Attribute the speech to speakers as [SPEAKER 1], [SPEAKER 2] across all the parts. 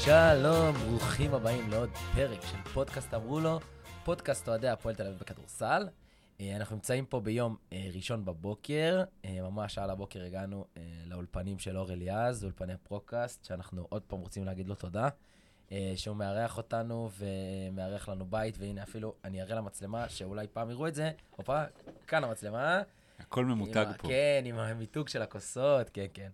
[SPEAKER 1] שלום, ברוכים הבאים לעוד פרק של פודקאסט אמרו לו, פודקאסט אוהדי הפועל תל אביב בכדורסל. אנחנו נמצאים פה ביום ראשון בבוקר, ממש על הבוקר הגענו לאולפנים של אור אליעז, אולפני פרוקאסט, שאנחנו עוד פעם רוצים להגיד לו תודה, שהוא מארח אותנו ומארח לנו בית, והנה אפילו אני אראה למצלמה שאולי פעם יראו את זה, הופה, כאן המצלמה.
[SPEAKER 2] הכל ממותג פה.
[SPEAKER 1] כן, עם המיתוג של הכוסות, כן, כן.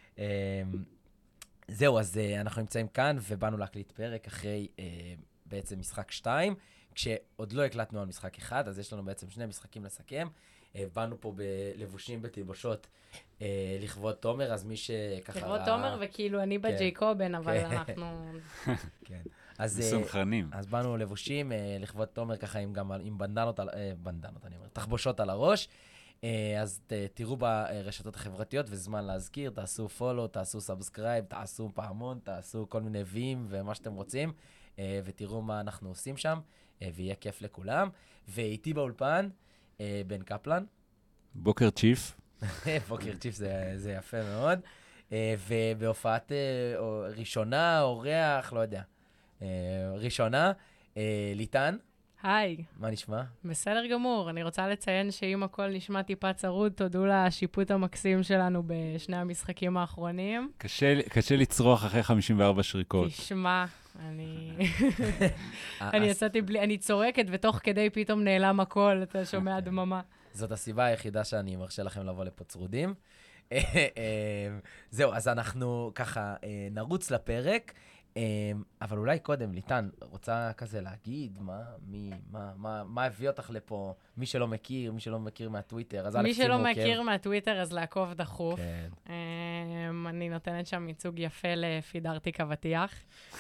[SPEAKER 1] זהו, אז אנחנו נמצאים כאן ובאנו להקליט פרק אחרי בעצם משחק 2, כשעוד לא הקלטנו על משחק 1, אז יש לנו בעצם 2 משחקים לסכם. באנו פה בלבושים בתלבושות לכבוד תומר, אז מי שככה...
[SPEAKER 3] לכבוד תומר וכאילו אני בג'ייקובן, אבל אנחנו...
[SPEAKER 1] כן.
[SPEAKER 2] מסונכרנים.
[SPEAKER 1] אז באנו לבושים לכבוד תומר ככה עם בנדנות, אני אומר, תחבושות על הראש. אז תראו ברשתות החברתיות, וזמן להזכיר, תעשו פולו, תעשו סאבסקרייב, תעשו פעמון, תעשו כל מיני ויים ומה שאתם רוצים, ותראו מה אנחנו עושים שם, ויהיה כיף לכולם. ואיתי באולפן, בן קפלן.
[SPEAKER 2] בוקר צ'יף.
[SPEAKER 1] בוקר צ'יף, זה יפה מאוד. ובהופעת ראשונה, אורח, לא יודע, ראשונה, ליטן.
[SPEAKER 3] היי.
[SPEAKER 1] מה נשמע?
[SPEAKER 3] בסדר גמור. אני רוצה לציין שאם הכל נשמע טיפה צרוד, תודו לשיפוט המקסים שלנו בשני המשחקים האחרונים.
[SPEAKER 2] קשה לצרוח אחרי 54 שריקות.
[SPEAKER 3] תשמע, אני יצאתי בלי, אני צורקת, ותוך כדי פתאום נעלם הכל, אתה שומע דממה.
[SPEAKER 1] זאת הסיבה היחידה שאני מרשה לכם לבוא לפה צרודים. זהו, אז אנחנו ככה נרוץ לפרק. אבל אולי קודם, ליטן, רוצה כזה להגיד מה הביא אותך לפה, מי שלא מכיר מהטוויטר, אז
[SPEAKER 3] מי שלא מכיר מהטוויטר, אז לעקוב דחוף.
[SPEAKER 1] כן.
[SPEAKER 3] אני נותנת שם ייצוג יפה לפידרתי כבטיח.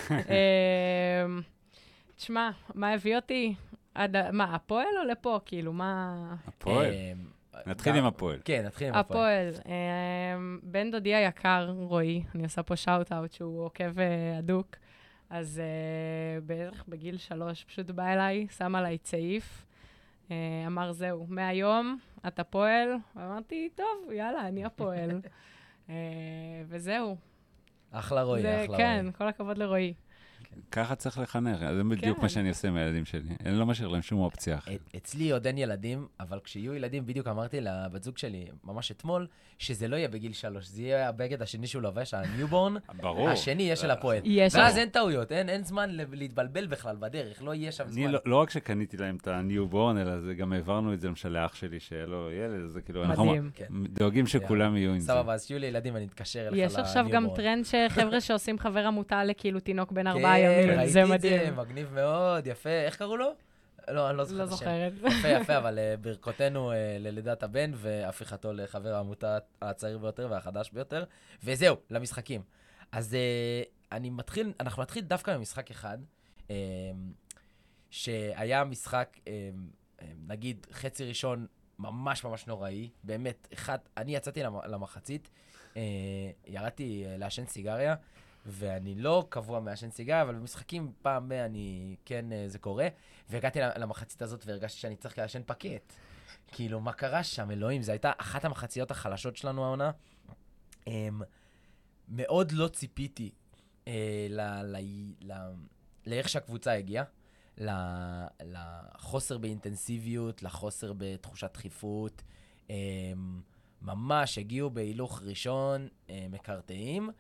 [SPEAKER 3] תשמע, מה הביא אותי? מה, הפועל או לפה? כאילו, מה...
[SPEAKER 2] הפועל? נתחיל עם הפועל.
[SPEAKER 1] כן, נתחיל עם הפועל.
[SPEAKER 3] בן דודי היקר, רועי, אני עושה פה שאוט-אאוט שהוא עוקב הדוק, אז בערך בגיל 3 פשוט בא אליי, שם עליי צעיף, אמר זהו, מהיום אתה פועל, ואמרתי, טוב, יאללה, אני הפועל. וזהו.
[SPEAKER 1] אחלה רועי, אחלה רועי.
[SPEAKER 3] כן, כל הכבוד לרועי.
[SPEAKER 2] ככה צריך לחנך, זה בדיוק מה שאני עושה עם הילדים שלי. אני לא משאיר להם שום אופציה אחרת.
[SPEAKER 1] אצלי עוד אין ילדים, אבל כשיהיו ילדים, בדיוק אמרתי לבת זוג שלי ממש אתמול, שזה לא יהיה בגיל 3, זה יהיה הבגד השני שהוא לובש, הניובורן, השני יהיה של הפועל. ואז אין טעויות, אין זמן להתבלבל בכלל בדרך, לא יהיה שם זמן.
[SPEAKER 2] לא רק שקניתי להם את הניובורן, אלא זה גם העברנו את זה למשל לאח שלי, שיהיה לו ילד, זה כאילו, אנחנו דואגים שכולם יהיו עם זה.
[SPEAKER 1] סבבה, אז שיהיו לי ילדים, אני אתקשר אליך לניובורן.
[SPEAKER 3] יש עכשיו גם טרנד שחבר'ה שעושים חבר עמותה לכאילו תינוק בן 4 ימים, זה מדהים.
[SPEAKER 1] ראיתי את זה, מגניב מאוד, יפה. איך קראו לו? לא, אני לא זוכר.
[SPEAKER 3] לא זוכרת.
[SPEAKER 1] יפה, אבל ברכותינו ללידת הבן והפיכתו לחבר העמותה הצעיר ביותר והחדש ביותר. וזהו, למשחקים. אז אנחנו נתחיל דווקא ממשחק אחד, שהיה משחק, נגיד, חצי ראשון ממש ממש נוראי. באמת, אני יצאתי למחצית, ירדתי לעשן סיגריה, ואני לא קבוע מעשן סיגריה, אבל במשחקים פעם כן, זה קורה. והגעתי למחצית הזאת והרגשתי שאני צריך לעשן פקט. כאילו, מה קרה שם, אלוהים? זו הייתה אחת המחציות החלשות שלנו העונה. מאוד לא ציפיתי לאיך שהקבוצה הגיעה, לחוסר באינטנסיביות, לחוסר בתחושת דחיפות. ממש הגיעו בהילוך ראשון מקרטעים.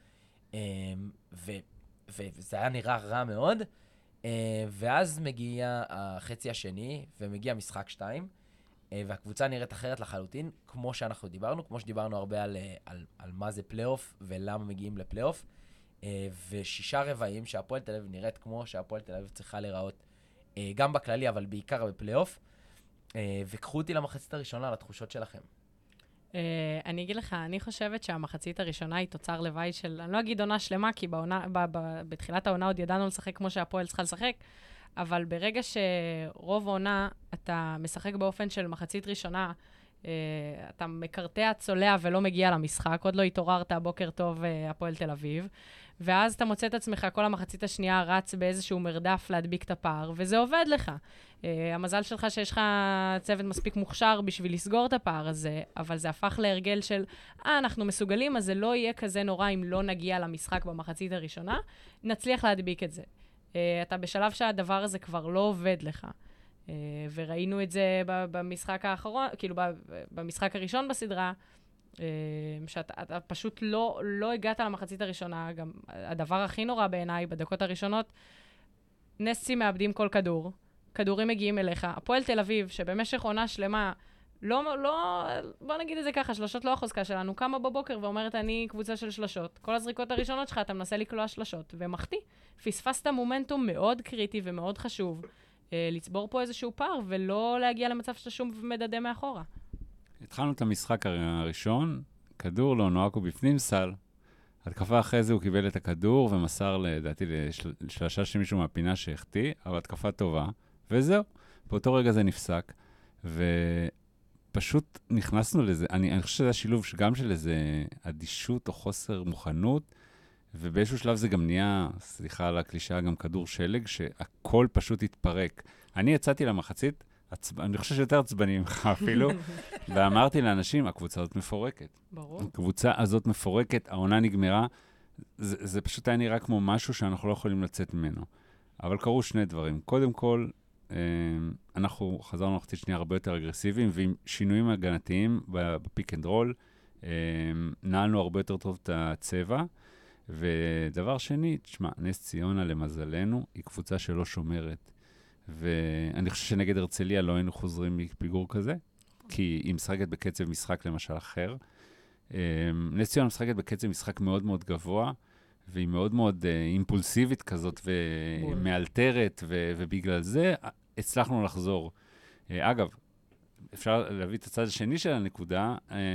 [SPEAKER 1] וזה היה נראה רע מאוד, ואז מגיע החצי השני, ומגיע משחק 2, והקבוצה נראית אחרת לחלוטין, כמו שאנחנו דיברנו, כמו שדיברנו הרבה על מה זה פלייאוף, ולמה מגיעים לפלייאוף, ושישה רבעים שהפועל תל אביב נראית כמו שהפועל תל אביב צריכה להיראות, גם בכללי, אבל בעיקר בפלייאוף, וקחו אותי למחצית הראשונה, לתחושות שלכם.
[SPEAKER 3] אני אגיד לך, אני חושבת שהמחצית הראשונה היא תוצר לוואי של, אני לא אגיד עונה שלמה, כי בתחילת העונה עוד ידענו לשחק כמו שהפועל צריכה לשחק, אבל ברגע שרוב העונה אתה משחק באופן של מחצית ראשונה, אתה מקרטע צולע ולא מגיע למשחק, עוד לא התעוררת, בוקר טוב, הפועל תל אביב, ואז אתה מוצא את עצמך כל המחצית השנייה רץ באיזשהו מרדף להדביק את הפער, וזה עובד לך. המזל שלך שיש לך צוות מספיק מוכשר בשביל לסגור את הפער הזה, אבל זה הפך להרגל של, אנחנו מסוגלים, אז זה לא יהיה כזה נורא אם לא נגיע למשחק במחצית הראשונה, נצליח להדביק את זה. אתה בשלב שהדבר הזה כבר לא עובד לך. וראינו את זה במשחק האחרון, כאילו במשחק הראשון בסדרה, שאתה פשוט לא הגעת למחצית הראשונה. גם הדבר הכי נורא בעיניי, בדקות הראשונות, נסי מאבדים כל כדור, כדורים מגיעים אליך. הפועל תל אביב, שבמשך עונה שלמה, בוא נגיד את זה ככה, שלשות לא החוזקה שלנו, קמה בבוקר ואומרת, אני קבוצה של שלשות. כל הזריקות הראשונות שלך, אתה מנסה לקלוע שלשות, ומחטיא. פספסת מומנטום מאוד קריטי ומאוד חשוב, לצבור פה איזשהו פער, ולא להגיע למצב שאתה שום מדדה מאחורה.
[SPEAKER 2] התחלנו את המשחק הראשון, כדור לא נועקו בפנים סל. התקפה אחרי זה הוא קיבל את הכדור ומסר לדעתי לשלשה שמישהו מהפינה שהחטיא, אבל התקפה טובה, וזהו. באותו רגע זה נפסק, ופשוט נכנסנו לזה. אני חושב שזה השילוב גם של איזה אדישות או חוסר מוכנות, ובאיזשהו שלב זה גם נהיה, סליחה על הקלישה, גם כדור שלג, שהכל פשוט התפרק. אני יצאתי למחצית, אני חושב שיותר עצבני ממך אפילו, ואמרתי לאנשים, הקבוצה הזאת מפורקת.
[SPEAKER 3] ברור.
[SPEAKER 2] הקבוצה הזאת מפורקת, העונה נגמרה, זה פשוט היה נראה כמו משהו שאנחנו לא יכולים לצאת ממנו. אבל קרו שני דברים. קודם כל, אנחנו חזרנו למחצית שנייה הרבה יותר אגרסיביים, ועם שינויים הגנתיים בפיק אנד רול, נעלנו הרבה יותר טוב את הצבע, ודבר שני, תשמע, נס ציונה למזלנו, היא קבוצה שלא שומרת. ואני חושב שנגד הרצליה לא היינו חוזרים מפיגור כזה, כי היא משחקת בקצב משחק למשל אחר. נס ציונה משחקת בקצב משחק מאוד מאוד גבוה, והיא מאוד מאוד אימפולסיבית כזאת ומאלתרת, ובגלל זה הצלחנו לחזור. אגב, אפשר להביא את הצד השני של הנקודה,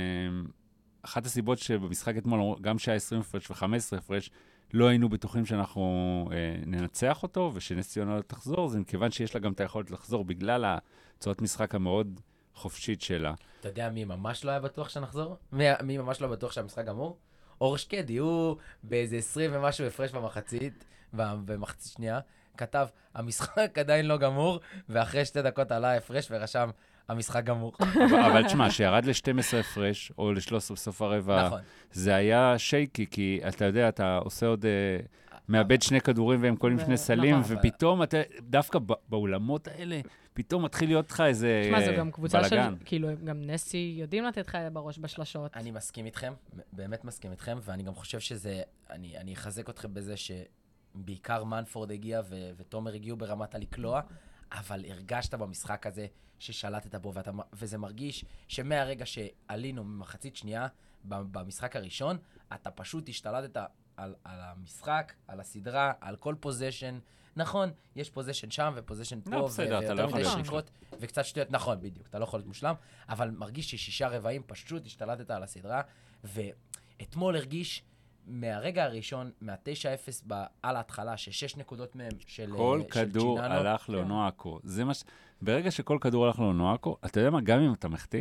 [SPEAKER 2] אחת הסיבות שבמשחק אתמול, גם שהיה 20 הפרש ו-15 הפרש, לא היינו בטוחים שאנחנו ננצח אותו, ושנס ציונה לא תחזור, זה מכיוון שיש לה גם את היכולת לחזור, בגלל הצורת משחק המאוד חופשית שלה.
[SPEAKER 1] אתה יודע מי ממש לא היה בטוח שנחזור? מי ממש לא בטוח שהמשחק גמור? אור שקדי, הוא באיזה 20 ומשהו הפרש במחצית, במחצית שנייה, כתב, המשחק עדיין לא גמור, ואחרי 2 דקות עלה הפרש ורשם, המשחק גמור.
[SPEAKER 2] אבל תשמע, שירד ל-12 הפרש, או ל-13 בסוף הרבע,
[SPEAKER 1] נכון.
[SPEAKER 2] זה היה שייקי, כי אתה יודע, אתה עושה עוד, מאבד 2 כדורים והם קולים 2 סלים, ופתאום, דווקא באולמות האלה, פתאום מתחיל להיות לך איזה בלגן.
[SPEAKER 3] תשמע, זו גם קבוצה של, כאילו, גם נסי יודעים לתת לך בראש בשלשות.
[SPEAKER 1] אני מסכים איתכם, באמת מסכים איתכם, ואני גם חושב שזה, אני אחזק אתכם בזה שבעיקר מנפורד הגיע ותומר הגיעו ברמת הלקלוע, אבל הרגשת במשחק הזה ששלטת בו, וזה מרגיש שמהרגע שעלינו ממחצית שנייה במשחק הראשון, אתה פשוט השתלטת על המשחק, על הסדרה, על כל פוזיישן. נכון, יש פוזיישן שם ופוזיישן פה, ויותר מדי שריקות, וקצת שטויות, נכון, בדיוק, אתה לא יכול להיות מושלם, אבל מרגיש ש6 רבעים פשוט השתלטת על הסדרה, ואתמול הרגיש מהרגע הראשון, מה-9-0 על ההתחלה, ש6 נקודות מהם של צ'יננו.
[SPEAKER 2] כל כדור הלך לאונועקו. זה מה ברגע שכל כדור הלך לאונועקו, אתה יודע מה, גם אם אתה מחטיא,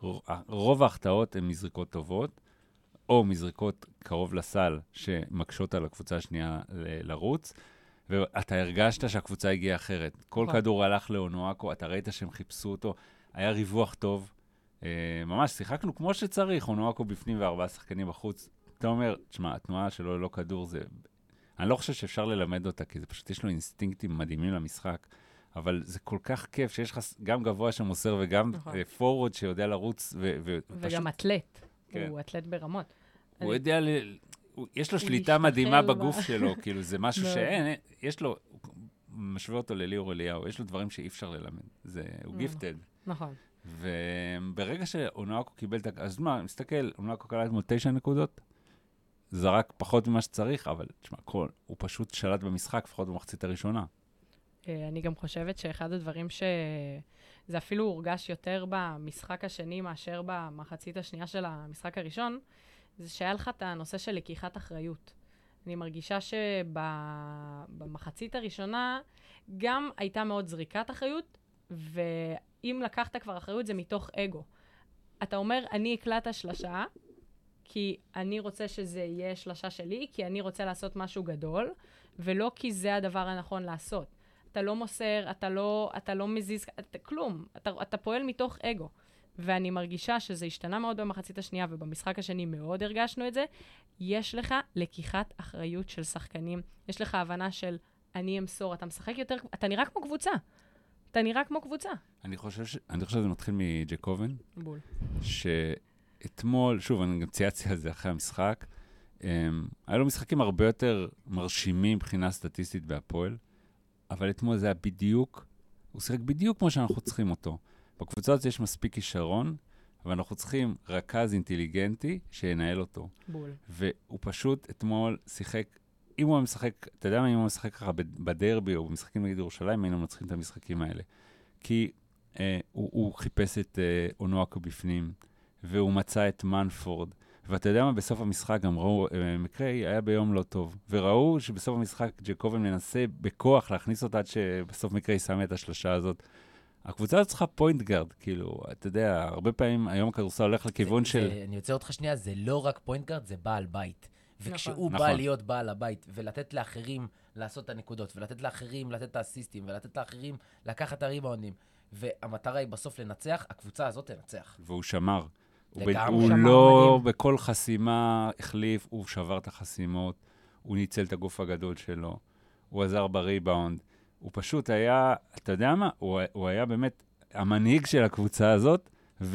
[SPEAKER 2] רוב ההחטאות הן מזריקות טובות, או מזריקות קרוב לסל, שמקשות על הקבוצה השנייה לרוץ, ואתה הרגשת שהקבוצה הגיעה אחרת. כל כדור הלך לאונועקו, אתה ראית שהם חיפשו אותו, היה ריווח טוב, ממש שיחקנו כמו שצריך, אונועקו בפנים ו4 שחקנים בחוץ. אתה אומר, תשמע, התנועה שלו ללא כדור זה... אני לא חושב שאפשר ללמד אותה, כי זה פשוט יש לו אינסטינקטים מדהימים למשחק, אבל זה כל כך כיף שיש לך גם גבוה שמוסר וגם פורוורד שיודע לרוץ
[SPEAKER 3] וגם אתלט. הוא אתלט ברמות.
[SPEAKER 2] הוא יודע, יש לו שליטה מדהימה בגוף שלו, כאילו זה משהו שאין, יש לו, הוא משווה אותו לליאור אליהו, יש לו דברים שאי אפשר ללמד, הוא גיפטד.
[SPEAKER 3] נכון.
[SPEAKER 2] וברגע שאונועקו קיבל את... אז מה, מסתכל, אונועקו קלה אתמול 9 נקודות, זרק פחות ממה שצריך, אבל תשמע, הוא פשוט שלט במשחק, לפחות במחצית הראשונה.
[SPEAKER 3] אני גם חושבת שאחד הדברים שזה אפילו הורגש יותר במשחק השני מאשר במחצית השנייה של המשחק הראשון, זה שהיה לך את הנושא של לקיחת אחריות. אני מרגישה שבמחצית הראשונה גם הייתה מאוד זריקת אחריות, ואם לקחת כבר אחריות זה מתוך אגו. אתה אומר, אני אקלט השלשה, כי אני רוצה שזה יהיה שלשה שלי, כי אני רוצה לעשות משהו גדול, ולא כי זה הדבר הנכון לעשות. אתה לא מוסר, אתה לא מזיז, כלום. אתה פועל מתוך אגו. ואני מרגישה שזה השתנה מאוד במחצית השנייה, ובמשחק השני מאוד הרגשנו את זה. יש לך לקיחת אחריות של שחקנים. יש לך הבנה של אני אמסור, אתה משחק יותר, אתה נראה כמו קבוצה. אתה נראה כמו קבוצה.
[SPEAKER 2] אני חושב שזה מתחיל מג'קובן.
[SPEAKER 3] בול.
[SPEAKER 2] שאתמול, שוב, אני גם צייצתי על זה אחרי המשחק, היה לו משחקים הרבה יותר מרשימים מבחינה סטטיסטית בהפועל, אבל אתמול זה היה בדיוק, הוא שיחק בדיוק כמו שאנחנו צריכים אותו. בקבוצה הזאת יש מספיק כישרון, אבל אנחנו צריכים רכז אינטליגנטי שינהל אותו.
[SPEAKER 3] בול.
[SPEAKER 2] והוא פשוט אתמול שיחק, אם הוא משחק, אתה יודע מה, אם הוא משחק ככה בדרבי או במשחקים נגד ירושלים, היינו מנצחים את המשחקים האלה. כי הוא חיפש את אונואקו בפנים, והוא מצא את מנפורד, ואתה יודע מה, בסוף המשחק גם ראו, מקרי היה ביום לא טוב, וראו שבסוף המשחק ג'קובן מנסה בכוח להכניס אותה עד שבסוף מקרי שמה את השלשה הזאת. הקבוצה הזאת צריכה פוינט גארד, כאילו, אתה יודע, הרבה פעמים היום הכדורסל הולך לכיוון של...
[SPEAKER 1] אני יוצא אותך שנייה, זה לא רק פוינט גארד, זה בעל בית. וכשהוא בא
[SPEAKER 2] נכון.
[SPEAKER 1] להיות בעל הבית, ולתת לאחרים לעשות את הנקודות, ולתת לאחרים לתת את האסיסטים, ולתת לאחרים לקחת את הריבאונדים, והמטרה היא בסוף לנצח, הקבוצה הזאת תנצח.
[SPEAKER 2] והוא שמר.
[SPEAKER 1] לגמרי.
[SPEAKER 2] הוא
[SPEAKER 1] שמר,
[SPEAKER 2] לא
[SPEAKER 1] מדהים.
[SPEAKER 2] בכל חסימה החליף, הוא שבר את החסימות, הוא ניצל את הגוף הגדול שלו, הוא עזר בריבאונד, הוא פשוט היה, אתה יודע מה? הוא היה באמת המנהיג של הקבוצה הזאת,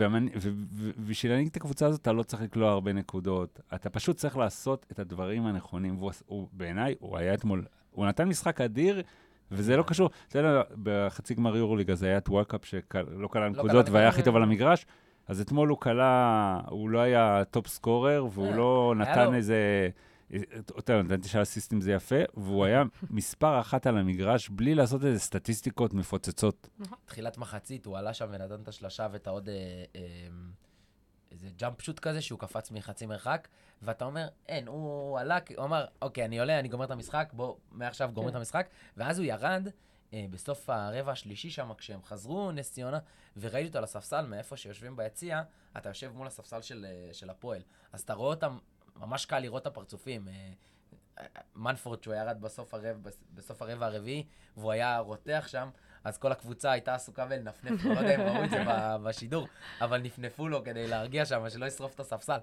[SPEAKER 2] ובשביל להנהיג את הקבוצה הזאת אתה לא צריך לקלוע הרבה נקודות, אתה פשוט צריך לעשות את הדברים הנכונים, בעיניי הוא היה אתמול, הוא נתן משחק אדיר, וזה לא קשור, אתה יודע, בחצי גמר יורוליג הזה היה את וואקאפ שלא קלה נקודות והיה הכי טוב על המגרש, אז אתמול הוא לא היה טופ סקורר, והוא לא נתן איזה, אתה נתתי שהסיסטם זה יפה, והוא היה מספר אחת על המגרש, בלי לעשות איזה סטטיסטיקות מפוצצות.
[SPEAKER 1] תחילת מחצית, הוא עלה שם ונתן את השלשה ואת העוד איזה ג'אמפ פשוט כזה, שהוא קפץ מחצי מרחק, ואתה אומר, אין, הוא עלה, הוא אמר, אוקיי, אני עולה, אני גומר את המשחק, בוא, מעכשיו גומר את המשחק, ואז הוא ירד בסוף הרבע השלישי שם, כשהם חזרו נס ציונה, וראיתי אותו על הספסל, מאיפה שיושבים ביציע, אתה יושב מול הספסל של הפועל, אז אתה רואה אותם, ממש קל לראות את הפרצופים, מנפורד שהוא ירד בסוף הרבע הרביעי, והוא היה רותח שם, אז כל הקבוצה הייתה עסוקה ולנפנף, לא יודע אם ראו את זה בשידור, אבל נפנפו לו כדי להרגיע שם, שלא ישרוף את הספסל.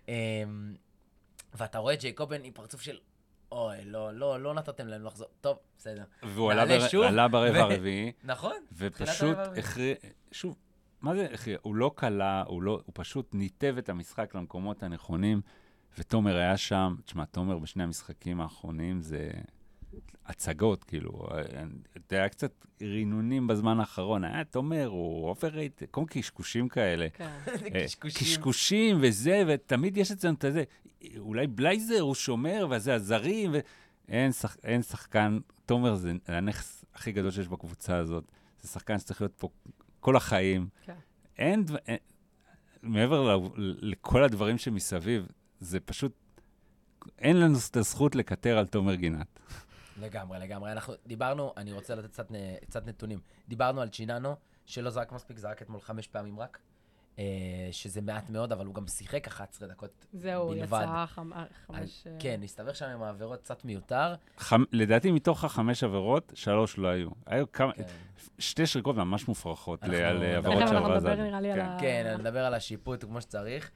[SPEAKER 1] ואתה רואה את ג'ייקובן עם פרצוף של, אוי, לא נתתם להם לחזור, טוב, בסדר.
[SPEAKER 2] והוא עלה ברבע הרביעי.
[SPEAKER 1] נכון.
[SPEAKER 2] ופשוט שוב, מה זה הכריע? הוא לא קלה, הוא פשוט ניתב את המשחק למקומות הנכונים, ותומר היה שם, תשמע, תומר בשני המשחקים האחרונים זה הצגות, כאילו, זה היה קצת רינונים בזמן האחרון, היה תומר, הוא אופרייט, כל קשקושים כאלה. קשקושים וזה, ותמיד יש אצלנו את זה, אולי בלייזר הוא שומר, וזה הזרים, אין שחקן, תומר זה הנכס הכי גדול שיש בקבוצה הזאת, זה שחקן שצריך להיות פה כל החיים. אין, מעבר לכל הדברים שמסביב, זה פשוט, אין לנו את הזכות לקטר על תומר גינת.
[SPEAKER 1] לגמרי. אנחנו דיברנו, אני רוצה לתת קצת נתונים. דיברנו על צ'יננו, שלא זרק מספיק, זרק אתמול 5 פעמים רק, שזה מעט מאוד, אבל הוא גם שיחק 11 דקות בלבד.
[SPEAKER 3] זהו, יצא 5...
[SPEAKER 1] כן, הסתבר שם עם העבירות קצת מיותר.
[SPEAKER 2] לדעתי מתוך 5 עבירות, 3 לא היו. היו 2 שריקות ממש מופרכות על עבירות שעברה זד.
[SPEAKER 1] כן, אני מדבר על השיפוט כמו שצריך.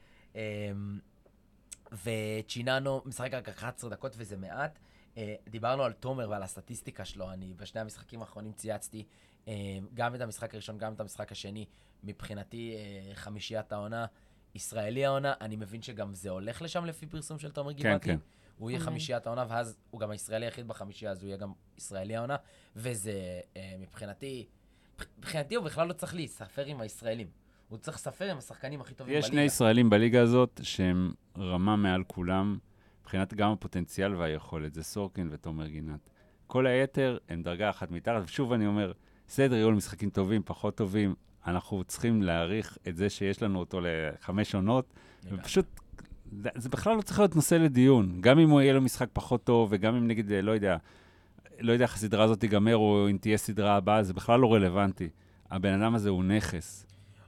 [SPEAKER 1] וצ'יננו משחק רק 11 דקות וזה מעט. דיברנו על תומר ועל הסטטיסטיקה שלו, אני בשני המשחקים האחרונים צייצתי גם את המשחק הראשון, גם את המשחק השני, מבחינתי חמישיית העונה, ישראלי העונה, אני מבין שגם זה הולך לשם לפי פרסום של תומר גבעתי,
[SPEAKER 2] כן.
[SPEAKER 1] הוא יהיה חמישיית העונה, ואז הוא גם הישראלי היחיד בחמישייה, אז הוא יהיה גם ישראלי העונה, וזה מבחינתי הוא בכלל לא צריך להיספר עם הישראלים, הוא צריך לספר עם השחקנים הכי טובים בליגה.
[SPEAKER 2] יש 2 ישראלים בליגה הזאת שהם רמה מעל כולם, מבחינת גם הפוטנציאל והיכולת, זה סורקין ותומר גינת. כל היתר הם דרגה אחת מתחת, ושוב אני אומר, סדר יהיו למשחקים טובים, פחות טובים, אנחנו צריכים להעריך את זה שיש לנו אותו ל5 עונות, ופשוט, זה בכלל לא צריך להיות נושא לדיון, גם אם הוא יהיה לו משחק פחות טוב, וגם אם נגיד, לא יודע איך הסדרה הזאת תיגמר, או אם תהיה סדרה הבאה, זה בכלל לא רלוונטי. הבן אדם הזה הוא נכס.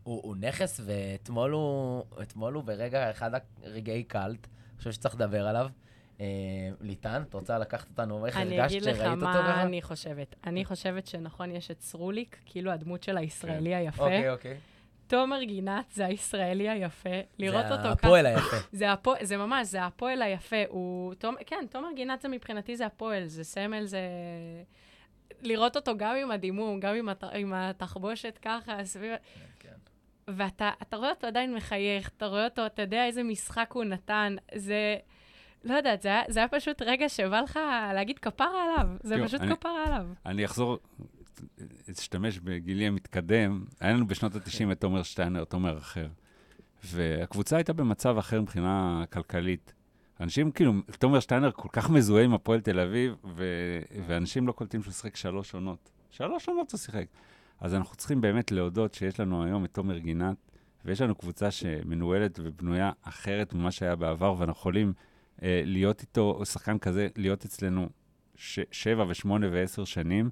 [SPEAKER 1] הוא נכס, ואתמול הוא ברגע, אחד הרגעי קלט, אני חושב שצריך לדבר עליו. ליטן, את רוצה לקחת אותנו, איך הרגשת שראית אותו ככה?
[SPEAKER 3] אני אגיד לך מה אני חושבת. אני חושבת שנכון, יש את סרוליק, כאילו הדמות של הישראלי היפה.
[SPEAKER 1] אוקיי.
[SPEAKER 3] תומר גינת זה הישראלי היפה, לראות אותו ככה.
[SPEAKER 1] זה הפועל היפה.
[SPEAKER 3] זה ממש, זה הפועל היפה. כן, תומר גינת זה מבחינתי זה הפועל, זה סמל, זה... לראות אותו גם עם הדימום, גם עם התחבושת ככה, סביב... ואתה רואה אותו עדיין מחייך, אתה רואה אותו, אתה יודע איזה משחק הוא נתן, זה... לא יודעת, זה היה פשוט רגע שבא לך להגיד כפרה עליו, זה פשוט כפרה עליו.
[SPEAKER 2] אני אחזור, אשתמש בגילי המתקדם, היה לנו בשנות ה-90 את תומר שטיינר, תומר אחר, והקבוצה הייתה במצב אחר מבחינה כלכלית. אנשים כאילו, תומר שטיינר כל כך מזוהה עם הפועל תל אביב, ואנשים לא קולטים שהוא שיחק 3 עונות. 3 עונות הוא שיחק. אז אנחנו צריכים באמת להודות שיש לנו היום את תומר גינת, ויש לנו קבוצה שמנוהלת ובנויה אחרת ממה שהיה בעבר, ואנחנו יכולים להיות איתו, או שחקן כזה, להיות אצלנו 7 ו8 ו10 שנים,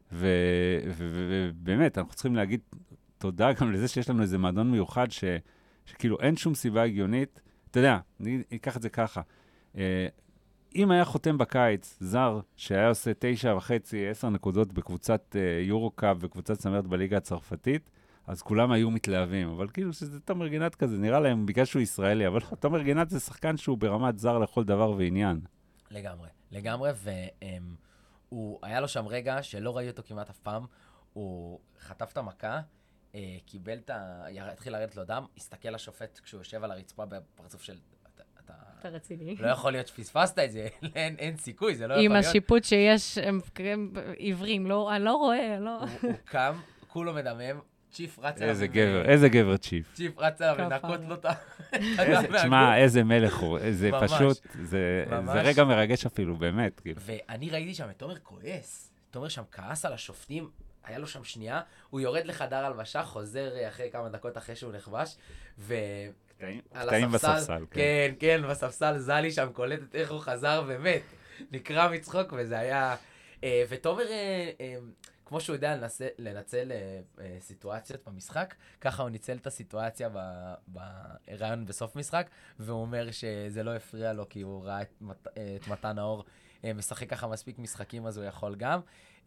[SPEAKER 2] ובאמת, אנחנו צריכים להגיד תודה גם לזה שיש לנו איזה מועדון מיוחד, שכאילו אין שום סיבה הגיונית. אתה יודע, אני אקח את זה ככה. אם היה חותם בקיץ זר שהיה עושה 9.5-10 נקודות בקבוצת יורו-קאפ וקבוצת צמרת בליגה הצרפתית, אז כולם היו מתלהבים. אבל כאילו שזה תומר גינת כזה, נראה להם בגלל שהוא ישראלי, אבל תומר גינת זה שחקן שהוא ברמת זר לכל דבר ועניין.
[SPEAKER 1] לגמרי, והוא היה לו שם רגע שלא ראי אותו כמעט אף פעם, הוא חטף את המכה, קיבל התחיל לרדת לו דם, הסתכל לשופט כשהוא יושב על הרצפה בפרצוף של...
[SPEAKER 3] אתה רציני.
[SPEAKER 1] לא יכול להיות שפספסת את זה, אין סיכוי, זה לא יכול להיות.
[SPEAKER 3] עם השיפוט שיש, הם עיוורים, אני לא רואה, לא...
[SPEAKER 1] הוא קם, כולו מדמם, צ'יף רצה...
[SPEAKER 2] איזה גבר צ'יף.
[SPEAKER 1] צ'יף רצה ונקות לו את
[SPEAKER 2] הדם. תשמע, איזה מלך הוא, זה פשוט, זה רגע מרגש אפילו, באמת.
[SPEAKER 1] ואני ראיתי שם את תומר כועס, תומר שם כעס על השופטים, היה לו שם שנייה, הוא יורד לחדר הלבשה, חוזר אחרי כמה דקות אחרי שהוא נכבש,
[SPEAKER 2] קטעים בספסל.
[SPEAKER 1] כן, בספסל זלי שם קולטת איך הוא חזר ומת. נקרא מצחוק וזה היה... ותומר, כמו שהוא יודע לנצל סיטואציות במשחק, ככה הוא ניצל את הסיטואציה ברעיון בסוף משחק, והוא אומר שזה לא הפריע לו כי הוא ראה את מתן האור משחק ככה מספיק משחקים, אז הוא יכול גם.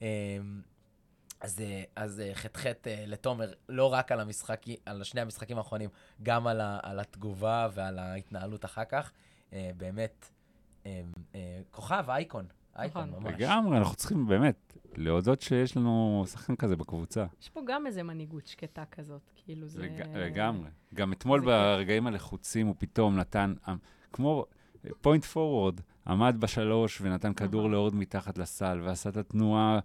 [SPEAKER 1] אז חטחט לתומר, לא רק על שני המשחקים האחרונים, גם על התגובה ועל ההתנהלות אחר כך. באמת, כוכב, אייקון ממש.
[SPEAKER 2] לגמרי, אנחנו צריכים באמת להודות שיש לנו שחקן כזה בקבוצה.
[SPEAKER 3] יש פה גם איזה מנהיגות שקטה כזאת, כאילו זה...
[SPEAKER 2] לגמרי. גם אתמול ברגעים הלחוצים הוא פתאום נתן, כמו פוינט פורוורד, עמד בשלוש ונתן כדור לאורד מתחת לסל, ועשה את התנועה,